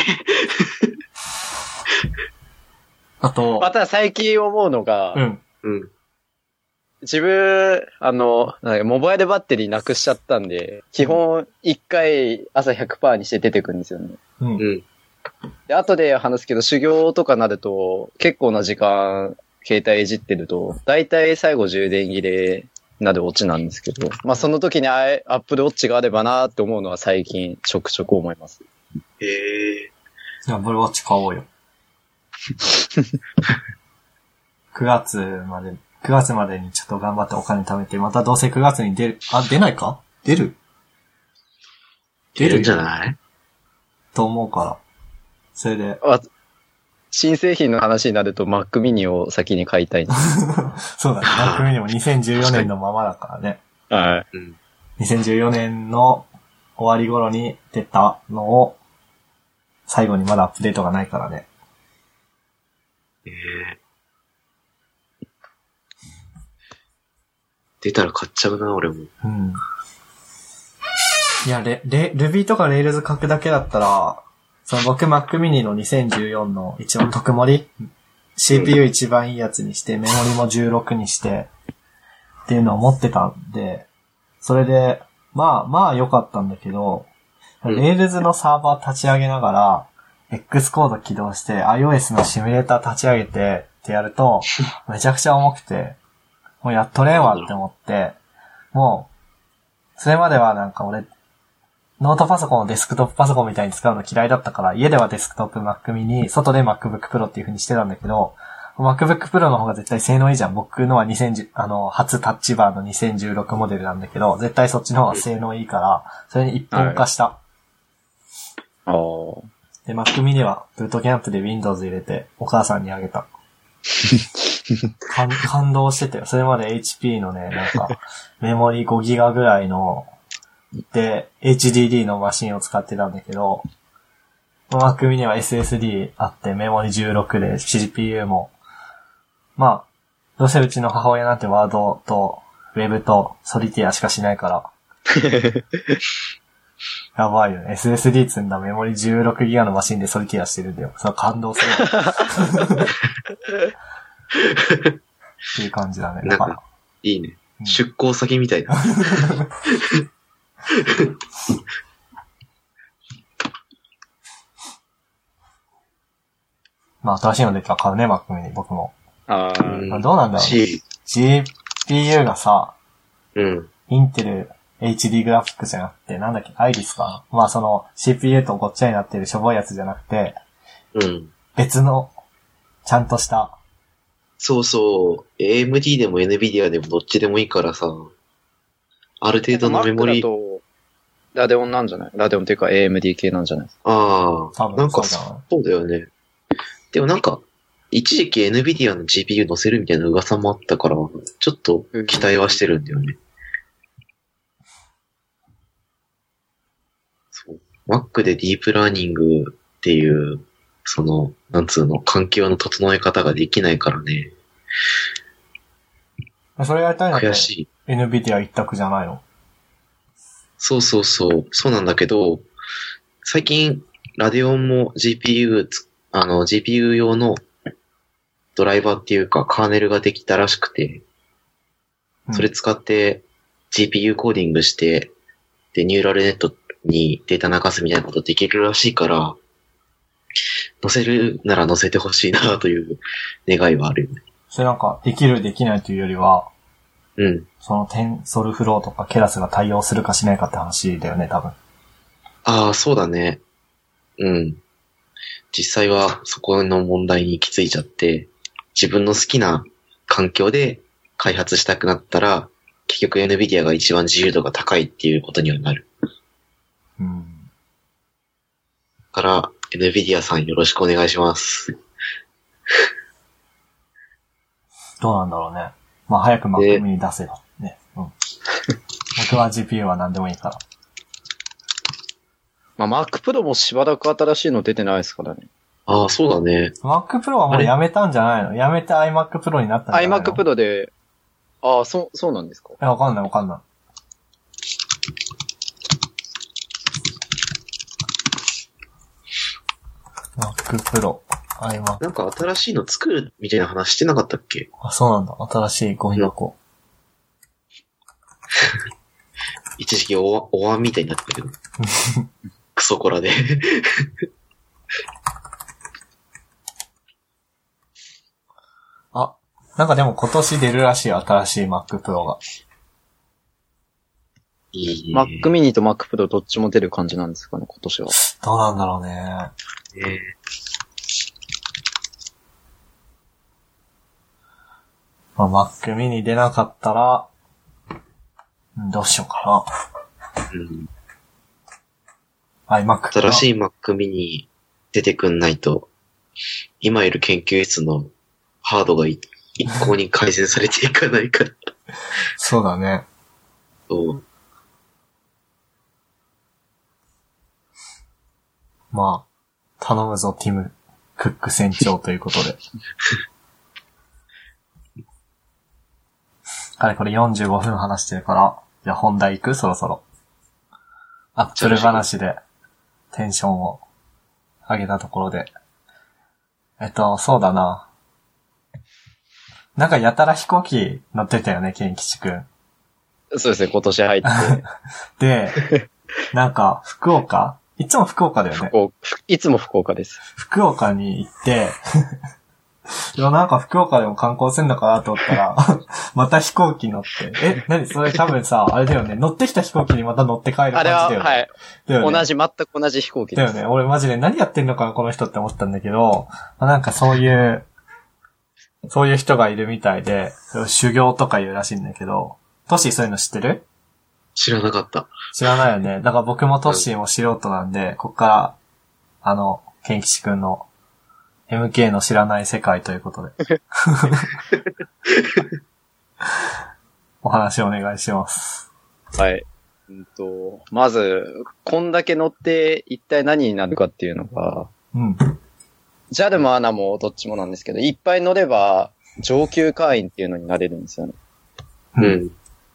あと、 また最近思うのが、 うん。 うん。 自分、モバイルバッテリーなくしちゃったんで、基本1回朝 100% にして出てくるんですよね。 うん。 うん。 で、後で話すけど、修行とかなると、結構な時間、携帯いじってると、だいたい最後充電切れなるオチなんですけど、まあその時にApple Watch があればなーって思うのは最近ちょくちょく思います。 へえ。 Apple Watch 買おうよ。9月までにちょっと頑張ってお金貯めて、またどうせ9月に出る、出ないか？出るんじゃないと思うから。それで。 新製品の話になると Mac mini を先に買いたいんです。 そうだね。Mac mini も2014年のままだからね。 はい。 2014年の終わり頃に出たのを、最後にまだアップデートがないからね。 出たら買っちゃうな、俺も。 うん。いや、Ruby とか Rails 書くだけだったら、その僕 Mac mini の2014の一応特盛り CPU 一番いいやつにして、メモリも16にして、っていうのを持ってたんで、それで、まあ良かったんだけど、Rails のサーバー立ち上げながら、X コード起動して iOS のシミュレーター立ち上げてってやると、めちゃくちゃ重くて、もうやっとれんわって思って、もう、それまではなんか俺、ノートパソコンをデスクトップパソコンみたいに使うの嫌いだったから、家ではデスクトップ Mac mini、外で MacBook Pro っていう風にしてたんだけど、MacBook Pro の方が絶対性能いいじゃん。僕のは初タッチバーの2016モデルなんだけど、絶対そっちの方が性能いいから、それに一本化した。で、Mac mini はブートキャンプで Windows 入れて、お母さんにあげた。感動してたよ。それまで HP のね、なんか、メモリ5ギガぐらいの、で、HDD のマシンを使ってたんだけど、Mac mini は SSD あって、メモリ16で CPU も、まあ、どうせうちの母親なんてワードと、ウェブとソリティアしかしないから。やばいよね。SSD 積んだメモリ16ギガのマシンでソリティアしてるんだよ。それ感動する。っていう感じだね。 なんか、いいね。出向先みたいな。 まあ、新しいの出たら買うね、Mac mini、僕も。どうなんだろう、ね。GPU がさ、インテル HD グラフィックじゃなくて、なんだっけ、アイリスかな。まあ、その CPU とごっちゃになってるしょぼいやつじゃなくて、別の、ちゃんとした。 そうそう。AMD でも NVIDIA でもどっちでもいいからさ、ある程度のメモリ。 ラデオンなんじゃない？ラデオンっていうか AMD 系なんじゃない？ なんかそうだよね。でもなんか、一時期 NVIDIA の GPU 載せるみたいな噂もあったから、ちょっと期待はしてるんだよね。そう。Mac でディープラーニングっていう、その、なんつうの、環境の整え方ができないからね。 それやりたいのって悔しい。 NVIDIA 一択じゃないの？ そうなんだけど、最近、ラデオンも GPU 用のドライバーっていうかカーネルができたらしくて、それ使って GPU コーディングして、で、ニューラルネットにデータ流すみたいなことできるらしいから、載せるなら載せてほしいなという願いはあるよね。 それなんか、できるできないというよりは、そのテンソルフローとかケラスが対応するかしないかって話だよね、多分。 そうだね。実際はそこの問題に行き着いちゃって、自分の好きな環境で開発したくなったら、結局 NVIDIA が一番自由度が高いっていうことにはなる。だから、NVIDIA さんよろしくお願いします。 どうなんだろうね。まあ早く Mac mini 出せばね。僕は GPU は何でもいいから。 まあ Mac Pro もしばらく新しいの出てないですからね。 そうだね。 Mac Pro はもうやめたんじゃないの？やめて iMac Pro になったんじゃないの？ iMac Pro で、そうなんですか？ わかんない。Mac Pro、iMac。 なんか新しいの作るみたいな話してなかったっけ？ そうなんだ。新しいゴミ箱。 一時期お椀みたいになってたけど。クソコラで。 なんかでも今年出るらしいよ、新しい Mac Pro が。 いいね。 Mac mini と Mac Pro どっちも出る感じなんですかね、今年は。 どうなんだろうね。Mac mini 出なかったら、どうしようかな。iMac 新しい Mac mini 出てくんないと、今いる研究室のハードが一向に改善されていかないから。 そうだね。まあ、頼むぞ、ティム・クック船長ということで。これ45分話してるから、じゃあ本題行く？そろそろ。アップル話でテンションを上げたところで。そうだな。 なんかやたら飛行機乗ってたよね、ケンキチくん。 そうですね、今年入って。 で、なんか、福岡いつも福岡だよね。 いつも福岡です。 福岡に行って、いや、なんか福岡でも観光するのかなと思ったら、また飛行機乗って。何それ多分さ、あれだよね。乗ってきた飛行機にまた乗って帰る感じだよね。 あれは、はい。 だよね。 全く同じ飛行機です。だよね。俺マジで何やってんのかな、この人って思ったんだけど、なんかそういう人がいるみたいで、修行とか言うらしいんだけど、トシそういうの知ってる？ 知らなかった。 知らないよね。だから僕もトッシーも素人なんで、こっから、ケンキチくんの MK の知らない世界ということで。お話お願いします。 はい。まず、こんだけ乗って一体何になるかっていうのが、 うん。 JAL もANAもどっちもなんですけど、いっぱい乗れば上級会員っていうのになれるんですよね。 うん。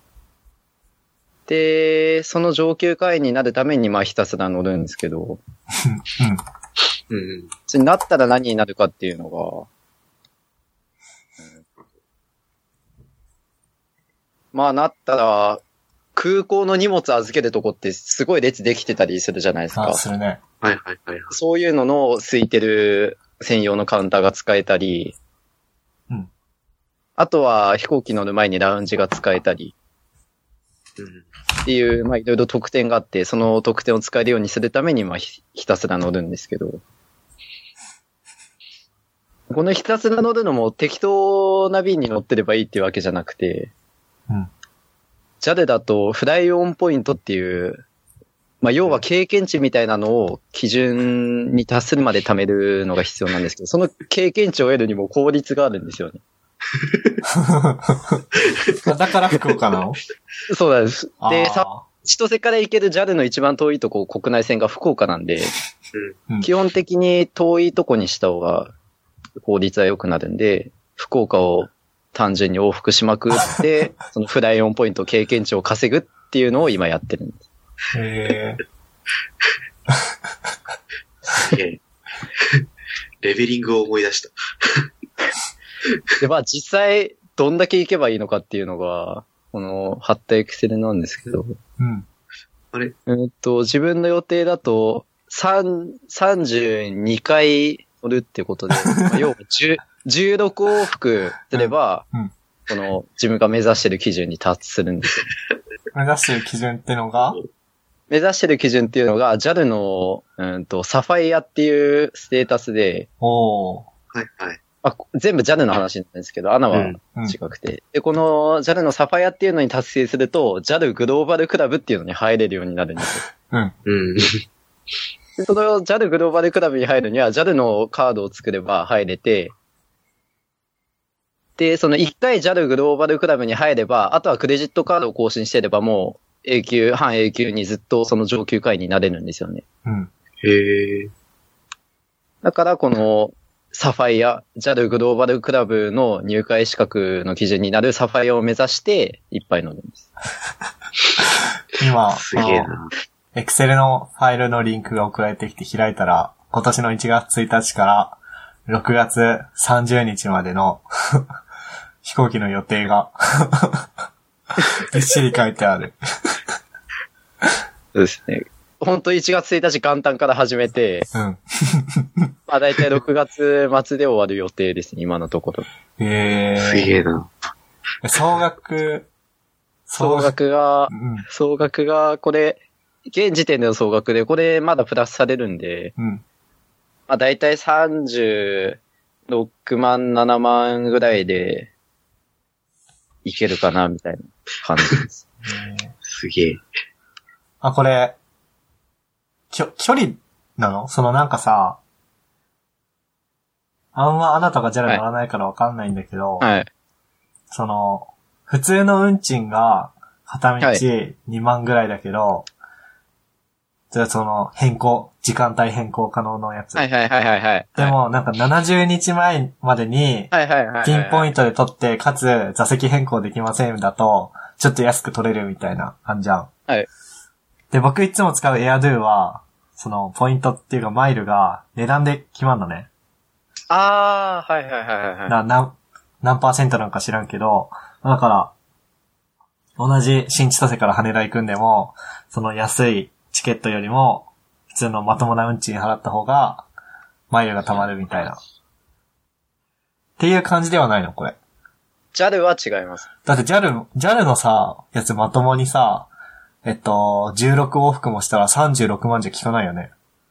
で、その上級会員になるためにひたすら乗るんですけど、 うん。 なったら何になるかっていうのが、なったら、空港の荷物預けるとこってすごい列できてたりするじゃないですか。 するね。 はいはいはい。 そういうのの空いてる専用のカウンターが使えたり、 うん。 あとは飛行機乗る前にラウンジが使えたり、っていう、いろいろ特典があって、その特典を使えるようにするために、ひたすら乗るんですけど、このひたすら乗るのも適当な便に乗ってればいいっていうわけじゃなくて、 うん。 JAL だとフライオンポイントっていう、要は経験値みたいなのを基準に達するまで貯めるのが必要なんですけど、その経験値を得るにも効率があるんですよね。 だから福岡なの？ そうなんです。で、千歳から行ける JAL の一番遠いとこ、国内線が福岡なんで、基本的に遠いとこにした方が効率は良くなるんで、福岡を単純に往復しまくって、そのフライオンポイント経験値を稼ぐっていうのを今やってるんです。 へすげえ。レベリングを思い出した。 で、実際、どんだけ行けばいいのかっていうのが、この、貼ったエクセルなんですけど。 うん。 あれ？ 自分の予定だと、32回乗るってことで、要は16往復すれば、この、自分が目指してる基準に達するんですよ。 目指してる基準ってのが？ 目指してる基準っていうのが、JAL の、サファイアっていうステータスで、 はいはい。 全部 JAL の話なんですけど、ANA は違くて。で、この JAL のサファイアっていうのに達成すると、JAL グローバルクラブっていうのに入れるようになるんですよ。で、その JAL グローバルクラブに入るには、JAL のカードを作れば入れて、で、その1回 JAL グローバルクラブに入れば、あとはクレジットカードを更新してればもう、半永久にずっとその上級会員になれるんですよね。 へえ。 だからこの、サファイア、JAL グローバルクラブの入会資格の基準になるサファイアを目指していっぱい乗るんです。 今、 すげえな。 Excel のファイルのリンクが送られてきて開いたら、今年の1月1日から6月30日までの飛行機の予定がびっしり書いてある。 そうですね。本当1月1日元旦から始めて、だいたい6月末で終わる予定ですね、今のところ。 すげえな。 総額が、これ、現時点での総額で、これまだプラスされるんで、だいたい36万、7万ぐらいで、いけるかな、みたいな感じです。 すげえ。 これ、距離なの？なんかさ、あんまあなたがJAL乗らないからわかんないんだけど、普通の運賃が片道2万ぐらいだけど、じゃあ時間帯変更可能のやつ。でもなんか70日前までに、ピンポイントで取って、かつ座席変更できませんだと、ちょっと安く取れるみたいな感じじゃん。で、僕いつも使う AirDo は、ポイントっていうかマイルが値段で決まるのね。何何%なんか知らんけど、だから、同じ新千歳から羽田行くんでも、その安いチケットよりも、普通のまともな運賃払った方が、マイルが貯まるみたいな。っていう感じではないのこれ。 JAL は違います。 だって JAL のさ、やつまともにさ、16往復もしたら36万じゃ効かないよね。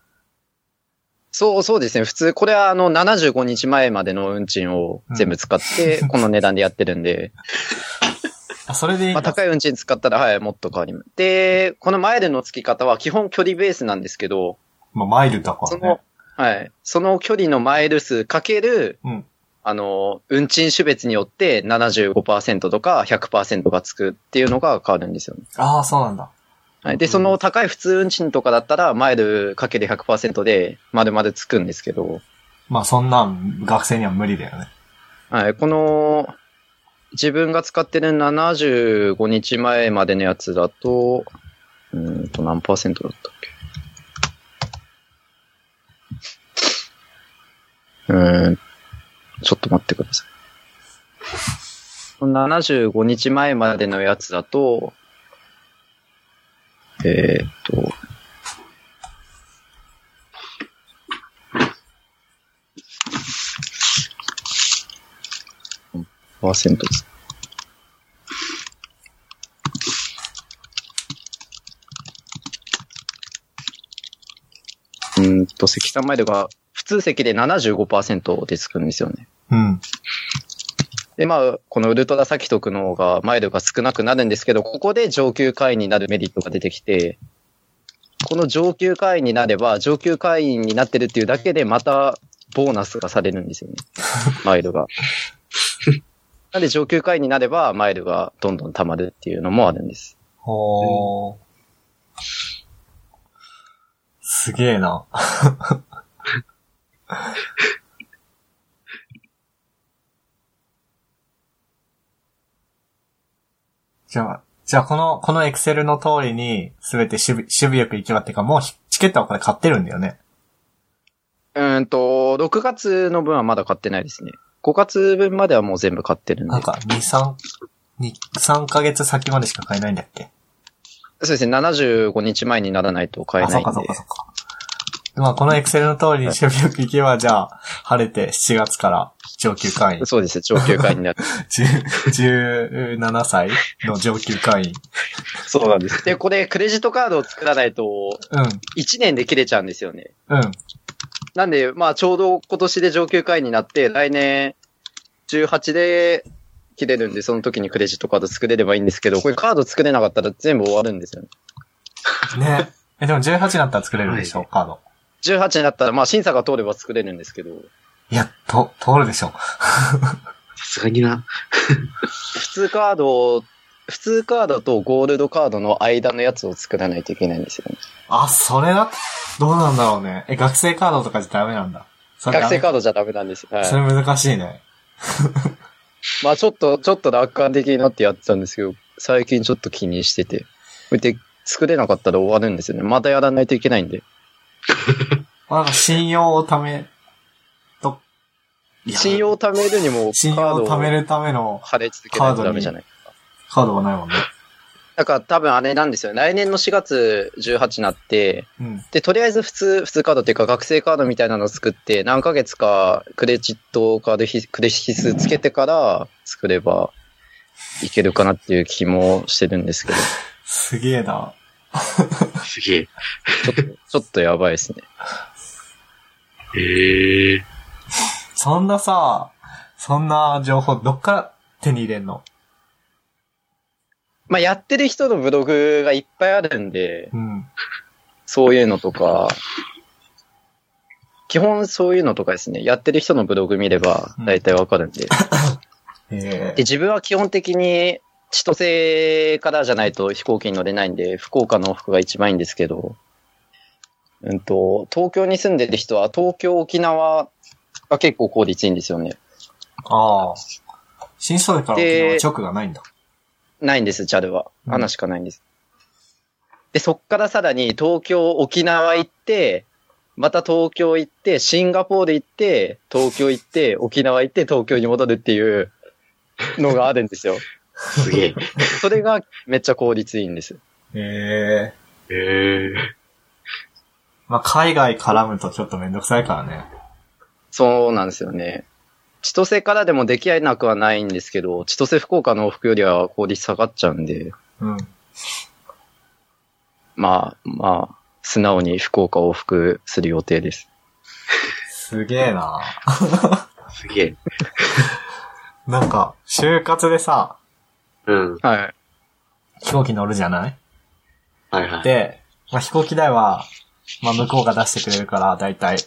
そうですね。普通、これは75日前までの運賃を全部使って、この値段でやってるんで。 あ、それでいいんだ。 まあ、高い運賃使ったら、はい、もっと変わります。で、このマイルの付き方は基本距離ベースなんですけど、 まあ、マイルだからね。 はい。その距離のマイル数かける、 うん。 運賃種別によって 75% とか 100% がつくっていうのが変わるんですよね。 ああ、そうなんだ。 はい。で、その高い普通運賃とかだったら、マイルかける 100% で、丸々つくんですけど。 まあ、そんなん学生には無理だよね。 はい。この、自分が使ってる75日前までのやつだと、何%だったっけちょっと待ってください。75日前までのやつだと、%です。積算マイルが普通席で 75% でつくんですよね。 うん。 で、まあ、このウルトラ先得の方がマイルが少なくなるんですけど、ここで上級会員になるメリットが出てきて、この上級会員になれば、上級会員になってるっていうだけでまたボーナスがされるんですよね。マイルが。なんで上級会員になればマイルがどんどん溜まるっていうのもあるんです。 ほー。すげえな。じゃあこのエクセルの通りにすべて守備よく行けばっていうか、もうチケットはこれ買ってるんだよね。 6月の分はまだ買ってないですね。5月分まではもう全部買ってるんで。 なんか3ヶ月先までしか買えないんだっけ？ そうですね、75日前にならないと買えないんで。 あ、そうか。まあこのエクセルの通りに守備よく行けば、じゃあ、晴れて7月から上級会員。 そうですね、上級会員になる。 17歳の上級会員。 そうなんです。で、これクレジットカードを作らないと、1年で切れちゃうんですよね。 うん。 なんで、まあちょうど今年で上級会員になって、来年18で切れるんで、その時にクレジットカード作れればいいんですけど、これカード作れなかったら全部終わるんですよね。 ね。でも18になったら作れるでしょ、カード。 18になったら、まあ審査が通れば作れるんですけど。 いや、通るでしょ。 さすがにな。 普通カードとゴールドカードの間のやつを作らないといけないんですよね。 あ、それだ、どうなんだろうね。学生カードとかじゃダメなんだ。 学生カードじゃダメなんですよ。はい。 それ難しいね。 まあちょっと楽観的になってやってたんですけど、最近ちょっと気にしてて。で、作れなかったら終わるんですよね。またやらないといけないんで。 なんか信用を信用を貯めるにも信用を貯めるための貼れ続けないとダメじゃないですか。 カードがないもんね。 だから多分あれなんですよ。来年の4月18になって、で、とりあえず普通カードっていうか学生カードみたいなのを作って、何ヶ月かクレジットカードクレジ数つけてから作ればいけるかなっていう気もしてるんですけど。 すげえな。 すげえ。 ちょっとやばいですね。 そんな情報どっから手に入れんの？ まあ、やってる人のブログがいっぱいあるんで、そういうのとか、基本そういうのとかですね、やってる人のブログ見れば大体わかるんで。で、自分は基本的に千歳からじゃないと飛行機に乗れないんで、福岡の往復が一番いいんですけど、東京に住んでる人は東京、沖縄が結構効率いいんですよね。 ああ。新総から沖縄直がないんだ。 ないんです、JAL は。穴しかないんです。で、そっからさらに東京、沖縄行って、また東京行って、シンガポール行って、東京行って、沖縄行って、東京に戻るっていう、 のがあるんですよ。 すげえ。 それがめっちゃ効率いいんです。 まあ、海外絡むとちょっとめんどくさいからね。 そうなんですよね。千歳からでもできなくはないんですけど、千歳福岡の往復よりは効率下がっちゃうんで。 うん。 まあ、素直に福岡往復する予定です。 すげえな。 すげえ。 なんか、就活でさ、 うん。 はい。 飛行機乗るじゃない？ はいはい。 で、まあ、飛行機代は、まあ、向こうが出してくれるから、だいたい。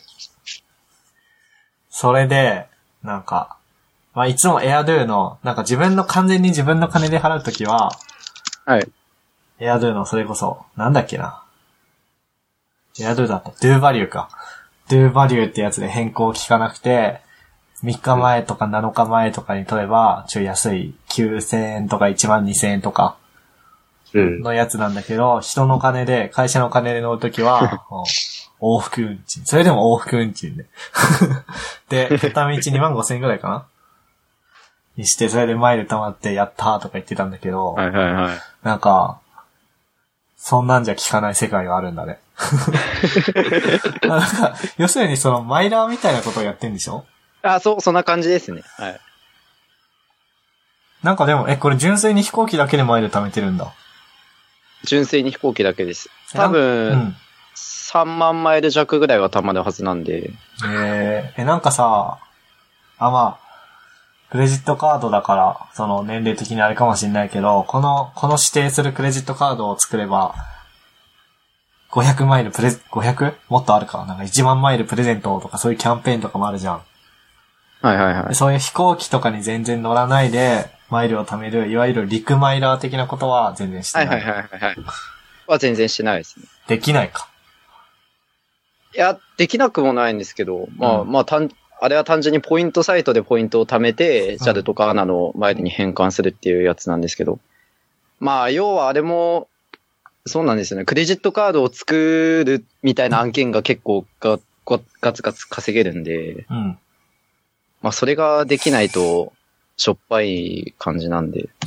それで、なんか、まあ、いつもエアドゥの、なんか完全に自分の金で払うときは、 はい。 エアドゥのそれこそ、なんだっけな。エアドゥだった。ドゥバリューか。ドゥバリューってやつで変更聞かなくて、3日前とか7日前とかに取れば、ちょい安い9000円とか12000円とかのやつなんだけど、人の金で、会社の金で乗るときは、往復運賃。それでも往復運賃で。で、片道25000円ぐらいかなにして、それでマイル溜まってやったーとか言ってたんだけど、 はいはいはい。 なんか、そんなんじゃ効かない世界があるんだね。なんか、要するにそのマイラーみたいなことをやってんでしょ？ そんな感じですね。はい。 なんかでも、これ純粋に飛行機だけでマイル貯めてるんだ。純粋に飛行機だけです。多分、3万マイル弱ぐらいは貯まるはずなんで。 なんかさ、まあ、クレジットカードだから、その年齢的にあれかもしれないけど、この指定するクレジットカードを作れば、500マイル500？ もっとあるか。なんか1万マイルプレゼントとかそういうキャンペーンとかもあるじゃん。 はいはいはい。 そういう飛行機とかに全然乗らないで、マイルを貯める、いわゆる陸マイラー的なことは全然してない。 はいはいはいはい。は全然してないですね。 できないか。 いや、できなくもないんですけど、あれは単純にポイントサイトでポイントを貯めて、JAL とかANAのマイルに変換するっていうやつなんですけど。まあ、要はあれも、そうなんですよね。クレジットカードを作るみたいな案件が結構ガツガツ稼げるんで、まあ、それができないと、しょっぱい感じなんで。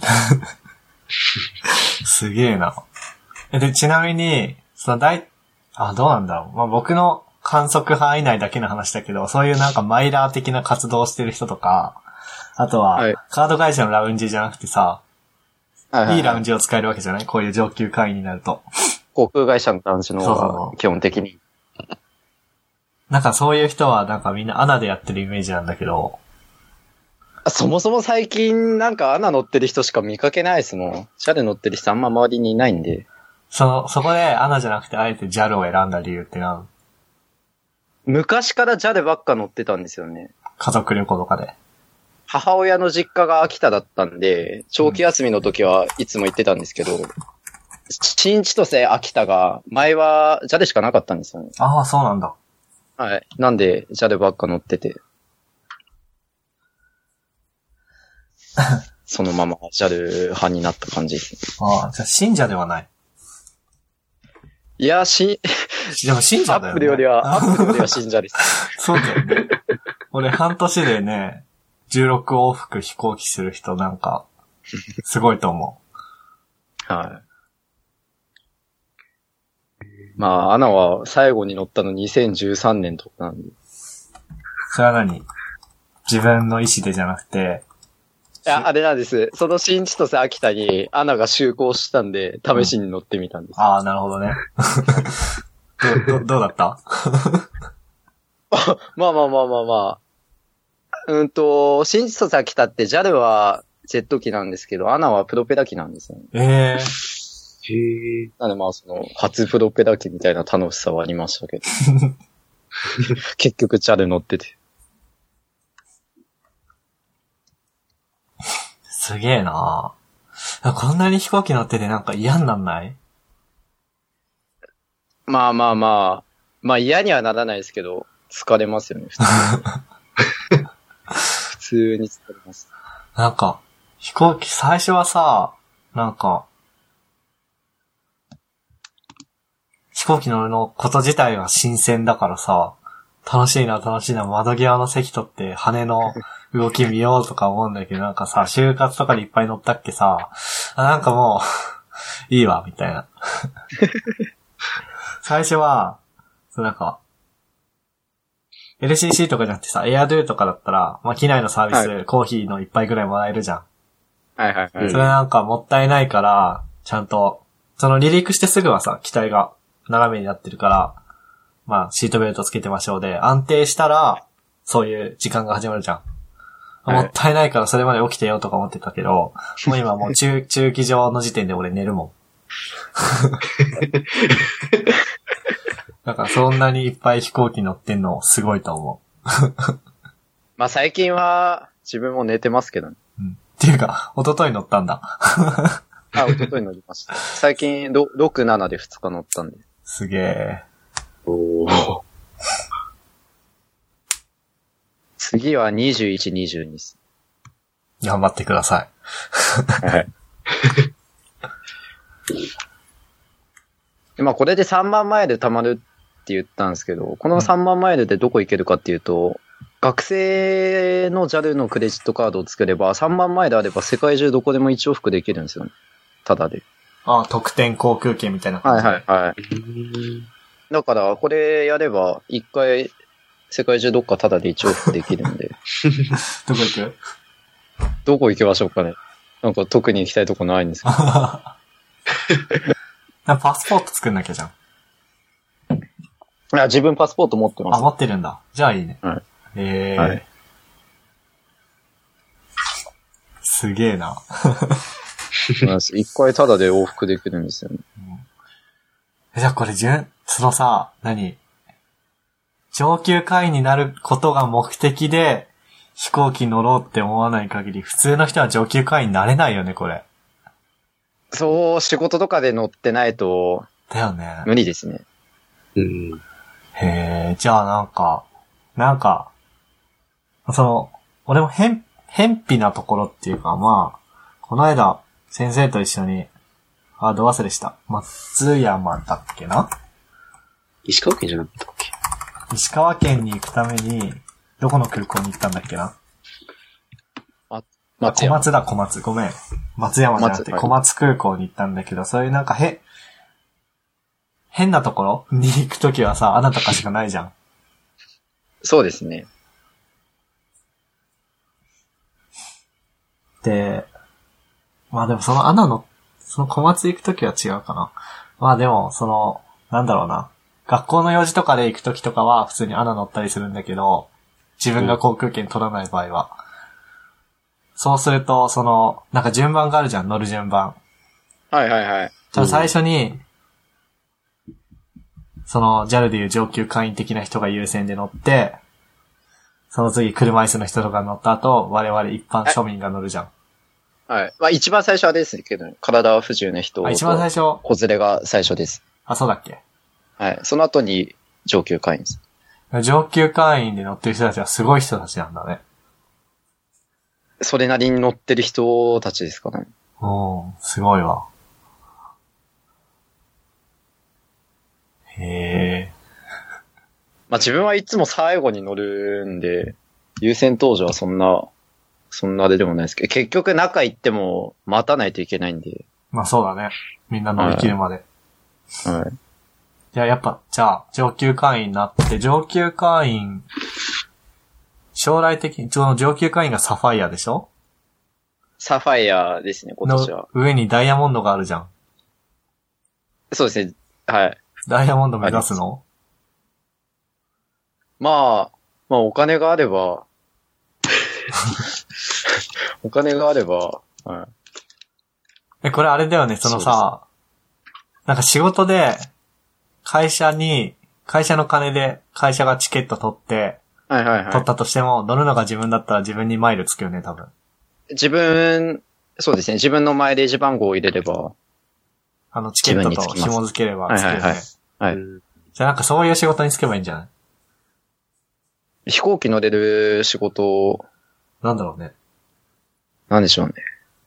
すげえな。で、ちなみに、どうなんだろう。まあ、僕の観測範囲内だけの話だけど、そういうなんかマイラー的な活動をしてる人とか、あとは、カード会社のラウンジじゃなくてさ、いいラウンジを使えるわけじゃない？こういう上級会員になると。 航空会社のラウンジの方が基本的に。 なんかそういう人はなんかみんなANAでやってるイメージなんだけど。 そもそも最近なんかANA乗ってる人しか見かけないですもん。JAL乗ってる人あんま周りにいないんで。 そこでANAじゃなくてあえて JAL を選んだ理由って何？ 昔から JAL ばっか乗ってたんですよね。 家族旅行とかで。 母親の実家が秋田だったんで、長期休みの時はいつも行ってたんですけど、新千歳秋田が前は JAL しかなかったんですよね。 ああ、そうなんだ。 はい。なんで JAL ばっか乗ってて。そのまま JAL 派になった感じですね。 ああ、じゃあ信者ではない。 いや、 でも信者だよね。 アップルよりは信者です。 そうだよね。俺半年でね、16往復飛行機する人なんか、すごいと思う。はい。まあ、ANAは最後に乗ったの2013年とかなんで。 それは何？自分の意思でじゃなくて、 いや、あれなんです。その新千歳秋田にANAが就航したんで、試しに乗ってみたんです。 ああ、なるほどね。どうだった？ まあ。新千歳秋田って JAL はジェット機なんですけど、ANAはプロペラ機なんですよね。なんで初プロペラ機みたいな楽しさはありましたけど。結局 JAL 乗ってて。 すげえなぁ。こんなに飛行機乗っててなんか嫌になんない？ まあ嫌にはならないですけど、疲れますよね、普通に疲れます。 なんか、飛行機最初はさ、なんか、飛行機乗るのこと自体は新鮮だからさ、楽しいな、窓際の席取って羽の動き見ようとか思うんだけど、なんかさ、就活とかでいっぱい乗ったっけさ、なんかもう、いいわ、みたいな。最初は、なんか、LCC とかじゃなくてさ、AirDo とかだったら、まあ、機内のサービス、 はいコーヒーの一杯ぐらいもらえるじゃん。 はいはいはい。 それなんかもったいないから、ちゃんと、その離陸してすぐはさ、機体が斜めになってるから、まあ、シートベルトつけてましょうで、安定したら、そういう時間が始まるじゃん。 はいもったいないからそれまで起きてよとか思ってたけど、もう今もう中期上の時点で俺寝るもん。だからそんなにいっぱい飛行機乗ってんのすごいと思まあ最近は自分も寝てますけどね。 う。うん。っていうか、一昨日乗ったんだ。 あ、一昨日乗りました。最近6、7で2日乗ったんで。 すげえ。 おー。 次は21、22です。 頑張ってください。 はい。まあこれで3万マイル貯まるって言ったんですけど、この3万マイルでどこ行けるかっていうと、学生の JAL のクレジットカードを作れば3万マイルあれば世界中どこでも1往復できるんですよね。ただで。 あ、特典航空券みたいな感じ。 はいはいはい。だからこれやれば1回世界中どっかただで1往復できるんで。 どこ行く？ どこ行きましょうかね。なんか特に行きたいとこないんですけど。 パスポート作んなきゃじゃん。 いや、自分パスポート持ってまあ、 す。 持ってるんだ。じゃあいいね。 はいはいすげえな。 一回ただで往復できるんですよね。 じゃあこれそのさ、上級会員になることが目的で飛行機乗ろうって思わない限り、普通の人は上級会員になれないよね、これ。 そう、仕事とかで乗ってないとだよね。 無理ですね。 うん。 へえ、じゃあ俺も偏僻なところっていうか、まあ、この間、先生と一緒に、ど忘れした。松山だっけな？ 石川県じゃなかったっけ？ 石川県に行くために、どこの空港に行ったんだっけな？小松だ、小松。ごめん。松山じゃなくて小松空港に行ったんだけど、そういうなんか変なところに行くときはさ、あなたかしかないじゃん。 そうですね。 で、まあでもその小松行くときは違うかな。まあでも、なんだろうな。学校の用事とかで行くときとかは普通に乗ったりするんだけど、自分が航空券取らない場合は。そうすると、なんか順番があるじゃん、乗る順番。 はいはいはい。 じゃあ最初に、JAL でいう上級会員的な人が優先で乗って、その次車椅子の人とか乗った後、我々一般庶民が乗るじゃん。 はい。まあ一番最初はですけど、体不自由な人と一番最初。 子連れが最初です。 あ、そうだっけ？ はい。その後に上級会員です。 上級会員で乗ってる人たちはすごい人たちなんだね。 それなりに乗ってる人たちですかね。 すごいわ。へえ。 まあ自分はいつも最後に乗るんで、優先搭乗はそんなあれでもないですけど、結局中行っても待たないといけないんで。 まあそうだね。みんな乗り切るまで。 はい。 じゃあ、上級会員になって、上級会員、将来的に、上級会員がサファイアでしょ？ サファイアですね、今年は。 の上にダイヤモンドがあるじゃん。 そうですね。はい。 ダイヤモンド目指すの？ まあお金があれば、お金があれば、はい。 これあれだよね、なんか仕事で、会社の金で会社がチケット取って、 はいはいはい。 取ったとしても、乗るのが自分だったら自分にマイルつくよね、多分。 そうですね。自分のマイレージ番号を入れれば。 チケットと紐付ければつくよね。 はい。 じゃあなんかそういう仕事に就けばいいんじゃない？ 飛行機乗れる仕事、 なんだろうね。 なんでしょうね。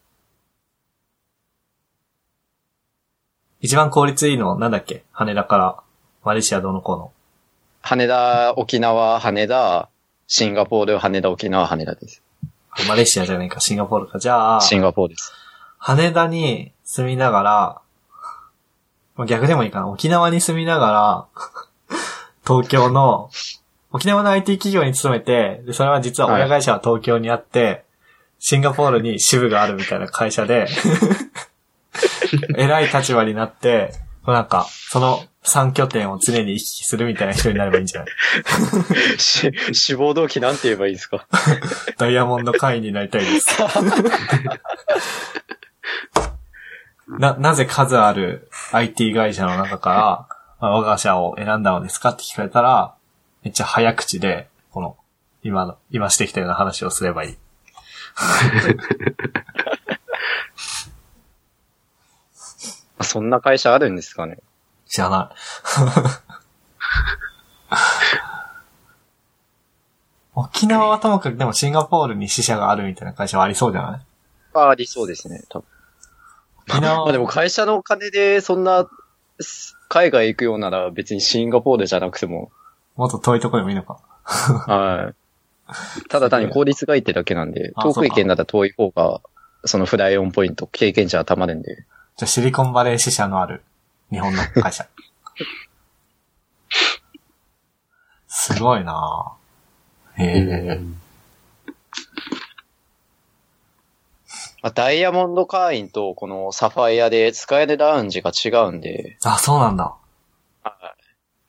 一番効率いいのなんだっけ？羽田からマレーシアどうのこうの。 羽田、沖縄、羽田、シンガポール、羽田、沖縄、羽田です。 マレーシアじゃないか、シンガポールか。じゃあ、 シンガポールです。 羽田に住みながら、逆でもいいかな。沖縄に住みながら、東京の、沖縄の IT 企業に勤めて、で、それは実は親会社は東京にあって、シンガポールに支部があるみたいな会社で、偉い立場になって、なんか、その3拠点を常に行き来するみたいな人になればいいんじゃない志望動機なんて言えばいいですか？ ダイヤモンド会員になりたいです。なぜ数ある IT 会社の中から、我が社を選んだのですかって聞かれたら、めっちゃ早口で、今してきたような話をすればいい。 そんな会社あるんですかね？ 知らない。沖縄はともかくでもシンガポールに支社があるみたいな会社はありそうじゃない？ ありそうですね、多分。 沖縄まあでも会社のお金でそんな海外行くようなら別にシンガポールじゃなくても。 もっと遠いところでもいいのか。 はい。ただ単に効率がいいってだけなんで、遠く行けんだったら遠い方が、そのフライオンポイント、経験値はたまるんで。 じゃあシリコンバレー支社のある日本の会社。すごいなぁ。へえ。 まあ、ダイヤモンド会員とこのサファイアで使えるラウンジが違うんで。 あ、そうなんだ。 はい。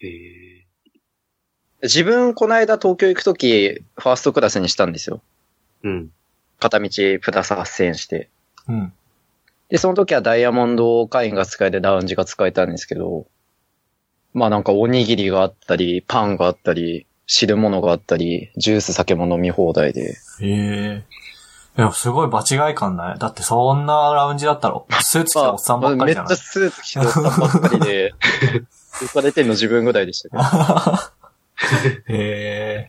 自分、この間東京行くとき、ファーストクラスにしたんですよ。 うん。 片道プラス8000円して。 うん。 で、その時はダイヤモンド会員が使えてラウンジが使えたんですけど、まあなんかおにぎりがあったり、パンがあったり、汁物があったり、ジュース酒も飲み放題で。 へえ。いや、すごい場違い感ない。だってそんなラウンジだったら、スーツ着たおっさんばっかりじゃない、 めっちゃスーツ着たおっさんばっかりで、浮かれてんの自分ぐらいでしたけど。 へえ。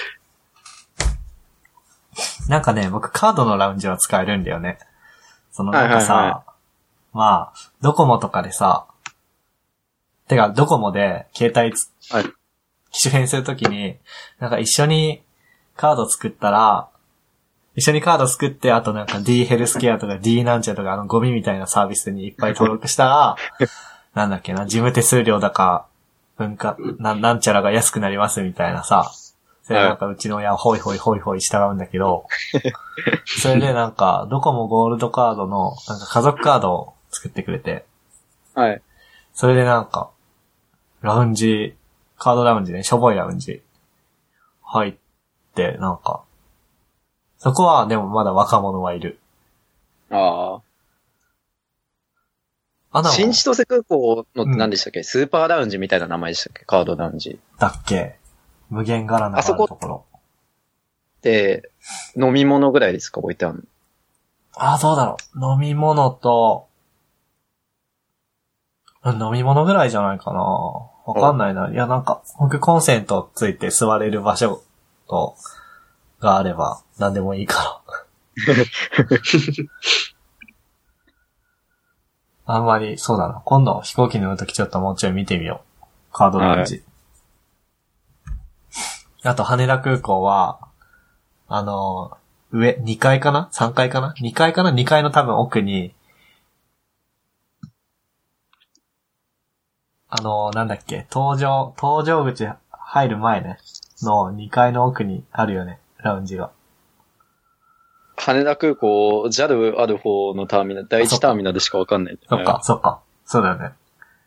なんかね、僕カードのラウンジは使えるんだよね。なんかさ、 はいはいはい、 まあ、ドコモとかでさ、ドコモで携帯はい、 機種変するときに、なんか一緒にカード作って、あとなんか D ヘルスケアとか D なんちゃらとかゴミみたいなサービスにいっぱい登録したら、なんだっけな、事務手数料だか、なんちゃらが安くなりますみたいなさ、それなんかうちの親はホイホイ従うんだけど、それでなんか、ドコモゴールドカードの、なんか家族カードを作ってくれて、 はい。 それでなんか、カードラウンジね、しょぼいラウンジ、入って、なんか、そこはでもまだ若者はいる。 ああ。新千歳空港の何でしたっけ、スーパーラウンジみたいな名前でしたっけ、カードラウンジ。 だっけ、無限柄なあるところ。 で、飲み物ぐらいですか、置いてあるの。 あ、どうだろう。飲み物ぐらいじゃないかな。わかんないな。いや、なんか、僕コンセントついて座れる場所があれば、何でもいいから。あんまり、そうだな。今度飛行機乗るときちょっともうちょい見てみよう。カードラウンジ。あと、羽田空港は、2階かな ?3 階かな ?2 階かな ?2 階の多分奥に、なんだっけ、搭乗口入る前ね、の2階の奥にあるよね、ラウンジが。 羽田空港、JAL ある方のターミナル、第一ターミナルでしかわかんない。 そっか。そうだよね。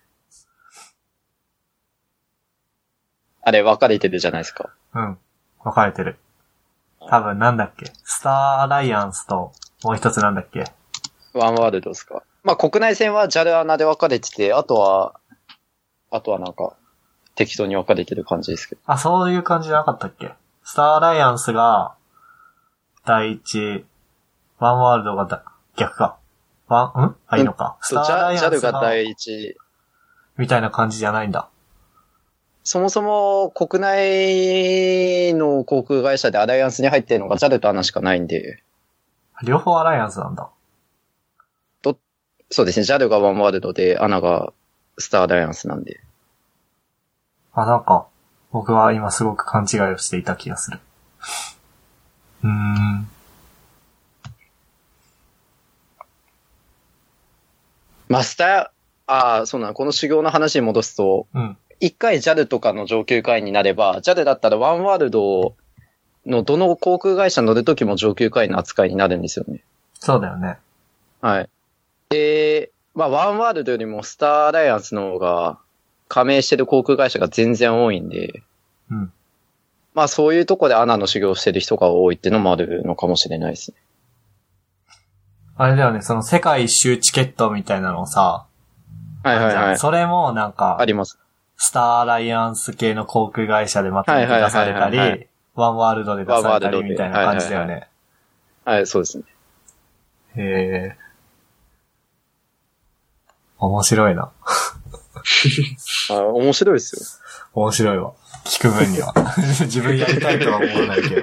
あれ、分かれてるじゃないですか。 うん。分かれてる。多分なんだっけ、スターアライアンスと、もう一つなんだっけ。 ワンワールドですか。まあ、国内線は JAL アナで分かれてて、あとはなんか、適当に分かれてる感じですけど。 あ、そういう感じじゃなかったっけ。スターアライアンスが、第一、ワンワールドが逆か。いいのか。 スターアライアンス JAL が第一。 みたいな感じじゃないんだ。 そもそも国内の航空会社でアライアンスに入ってるのが JAL とアナしかないんで。 両方アライアンスなんだ。 そうですね。JAL がワンワールドで、アナがスターアライアンスなんで。 あ、なんか、僕は今すごく勘違いをしていた気がする。 マスター、そうなの、この修行の話に戻すと、 うん。 一回 JAL とかの上級会員になれば、JAL だったらワンワールドのどの航空会社乗るときも上級会員の扱いになるんですよね。 そうだよね。 はい。で、ワンワールドよりもスターアライアンスの方が加盟してる航空会社が全然多いんで、 うん。 そういうとこでアナの修行してる人が多いっていうのもあるのかもしれないですね。 あれだよね、その世界一周チケットみたいなのさ、 はいはいはい。 それもなんか、 あります。 スターアライアンス系の航空会社でまとめて出されたはいはいはいはいはり、ワンワールドで出されたりみたいな感じだよね。 はい、そうですね。 へえ。面白いな。 面白いですよ。 面白いわ。聞く分には。自分やりたいとは思わないけど。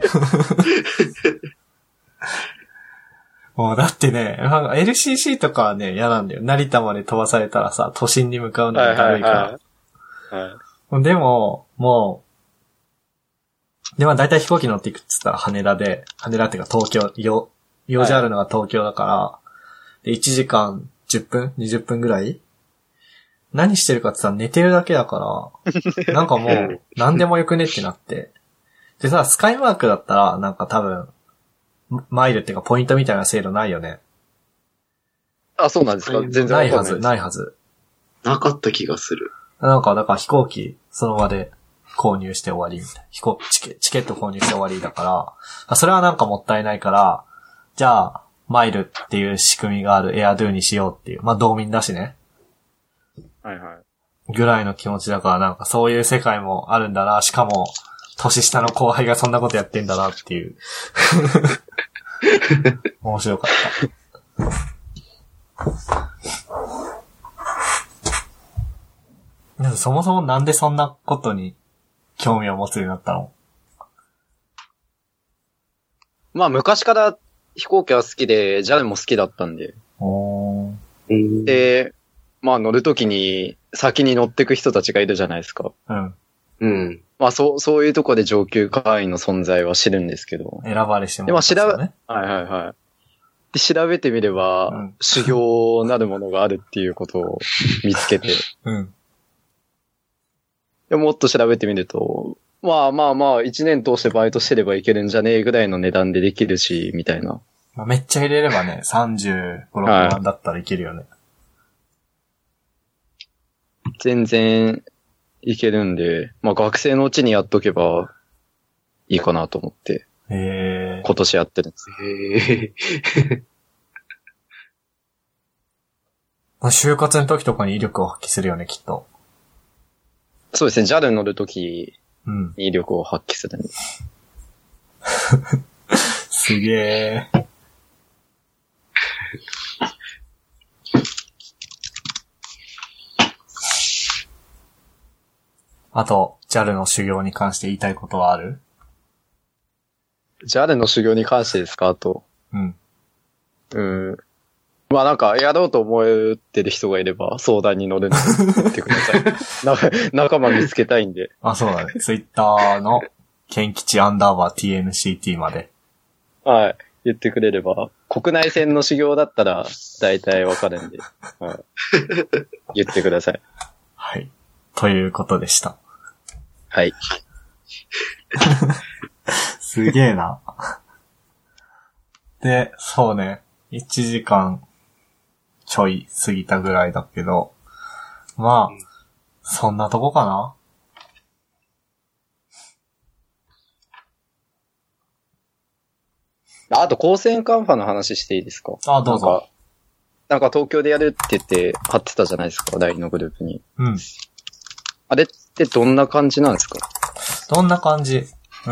もうだってね、LCC とかはね、嫌なんだよ。成田まで飛ばされたらさ、都心に向かうのがだるいから。でも、もう、で、だいたい飛行機乗っていくっつったら羽田っていうか東京、用事あるのが東京だから、で、1時間10分 ?20 分ぐらい何してるかって言ったら寝てるだけだから、なんかもう、何でもよくねってなって。でさ、スカイマークだったら、なんか多分、マイルっていうかポイントみたいな制度ないよね。 そうなんですか？全然ないはず、ないはず。 なかった気がする。 なんか、だから飛行機、その場で購入して終わりみたいな。チケット購入して終わりだから、それはなんかもったいないから、じゃあ、マイルっていう仕組みがあるエアドゥにしようっていう。道民だしね。 はいはい。 ぐらいの気持ちだから、なんかそういう世界もあるんだな。しかも、年下の後輩がそんなことやってんだなっていう。面白かった。そもそもなんでそんなことに興味を持つようになったの？ 昔から飛行機は好きで、JAL も好きだったんで。で、乗るときに先に乗ってく人たちがいるじゃないですか。 うん。 うん。 そういうとこで上級会員の存在は知るんですけど。 選ばれしてもらったんですよね。 はいはいはい。で、調べてみれば、修行なるものがあるっていうことを見つけて。 うん。 でもっと調べてみると、一年通してバイトしてればいけるんじゃねえぐらいの値段でできるし、みたいな。 めっちゃ入れればね、35、6万だったらいけるよね。 全然いけるんで、学生のうちにやっとけばいいかなと思って。今年やってるんです。 就活の時とかに威力を発揮するよね、きっと。 そうですね、JAL 乗る時に威力を発揮するんで。 すげー。あと、JAL の修行に関して言いたいことはある？ JAL の修行に関してですか？あと。やろうと思ってる人がいれば相談に乗るんで言ってください。仲間見つけたいんで。 そうだね。Twitter のケンキチ_TNCT まで。 はい。言ってくれれば。国内線の修行だったら大体わかるんで。はい、言ってください。 はい。ということでした。 はい。 すげえな。で、そうね。1時間ちょい過ぎたぐらいだけど、そんなとこかな。 あと、高専カンファの話していいですか？ どうぞ。 なんか東京でやるって言って貼ってたじゃないですか、LINE のグループに。あれってどんな感じなんですか？ どんな感じ？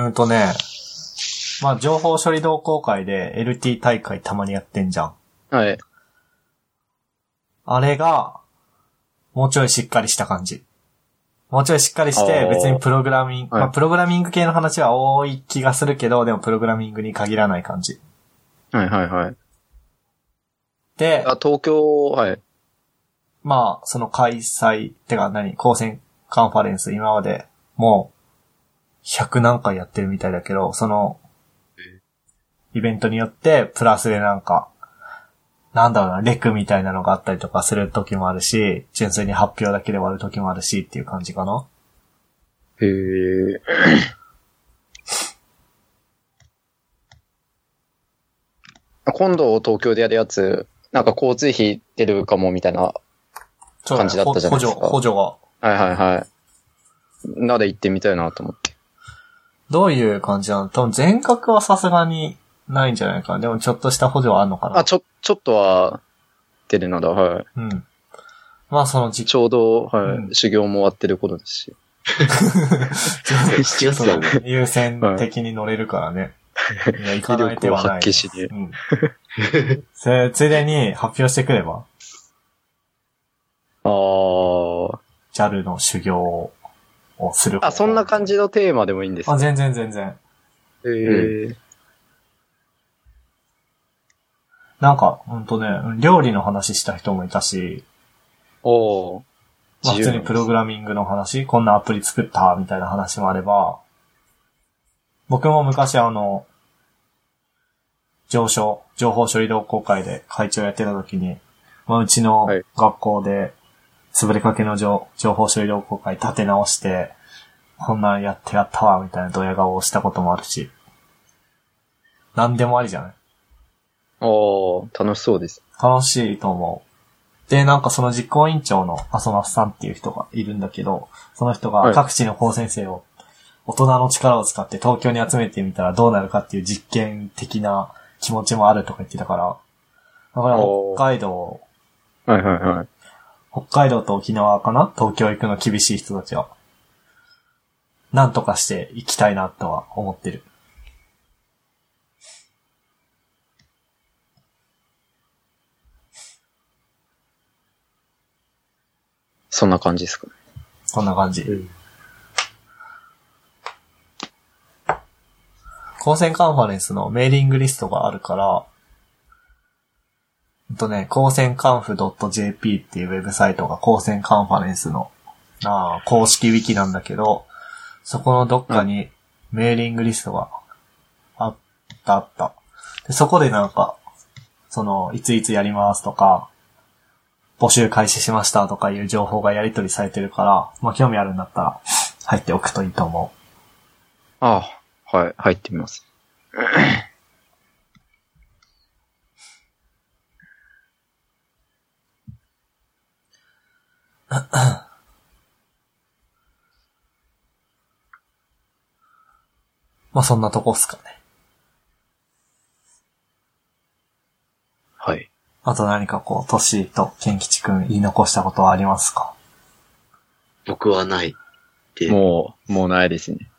情報処理同好会で LT 大会たまにやってんじゃん。 はい。 あれが、もうちょいしっかりした感じ。もうちょいしっかりして、別にプログラミング、プログラミング系の話は多い気がするけど、でもプログラミングに限らない感じ。 はいはいはい。 で、 東京、はい。 その開催、高専カンファレンス、今までもう100何回やってるみたいだけど、そのイベントによってプラスでなんだろうな、レクみたいなのがあったりとかする時もあるし、純粋に発表だけで終わる時もあるしっていう感じかな。 へえ。今度東京でやるやつ、なんか交通費出るかもみたいな感じだったじゃないですか。 補助が。 はいはいはい。なで行ってみたいなと思って。 どういう感じなの？多分全額はさすがにないんじゃないかな。でもちょっとした補助はあるのかな。 ちょっとは出るのだ、はい。 うん。まあそのちょうど、はい、修行も終わってる頃ですし。 7月だね。 優先的に乗れるからね。いや、行かない手はない。 発揮しに。 うん。ついでに発表してくれば。JAL の修行をする。 そんな感じのテーマでもいいんですか？ 全然。なんか、ほんとね、料理の話した人もいたし、普通にプログラミングの話、こんなアプリ作ったみたいな話もあれば、僕も昔情報処理同好会で会長やってた時に、うちの学校で潰れかけの情報処理同好会立て直して、こんなんやってやったわみたいなドヤ顔をしたこともあるし、なんでもありじゃない？ 楽しそうです。 楽しいと思う。で、なんかその実行委員長の浅松さんっていう人がいるんだけど、その人が各地の高専生を大人の力を使って東京に集めてみたらどうなるかっていう実験的な気持ちもあるとか言ってたから、だから北海道と沖縄かな？東京行くの厳しい人たちは。なんとかして行きたいなとは思ってる。 そんな感じですかね。 そんな感じ。高専カンファレンスのメーリングリストがあるから、高専カンフ .jp っていうウェブサイトが高専カンファレンスの公式ウィキなんだけど、そこのどっかにメーリングリストがあった。でそこでなんか、いついつやりますとか、募集開始しましたとかいう情報がやり取りされてるから、興味あるんだったら入っておくといいと思う。はい、入ってみます。 そんなとこっすかね。 はい。 あと何かトッシーとケンキチ君言い残したことはありますか？ 僕はないって。 もうないですね。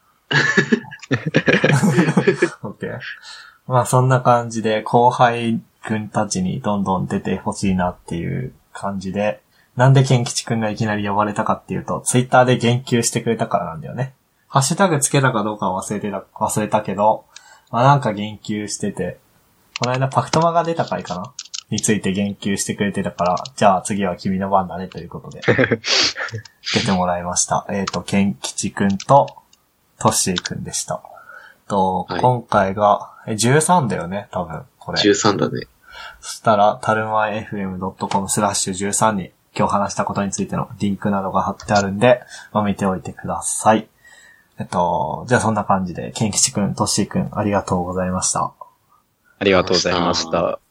OK。そんな感じで後輩君たちにどんどん出てほしいなっていう感じで、なんでケンキチ君がいきなり呼ばれたかっていうと、ツイッターで言及してくれたからなんだよね。ハッシュタグつけたかどうかは忘れたけど、なんか言及してて、この間パクトマが出た回かなについて言及してくれてたから、じゃあ次は君の番だねということで、出てもらいました。ケンキチくんとトッシーくんでした。はい、今回が、13だよね、多分、これ。 13だね。 そしたら、talmafm.com/13 に今日話したことについてのリンクなどが貼ってあるんで、見ておいてください。じゃあそんな感じで、ケンキチくん、トッシーくん、ありがとうございました。 ありがとうございました。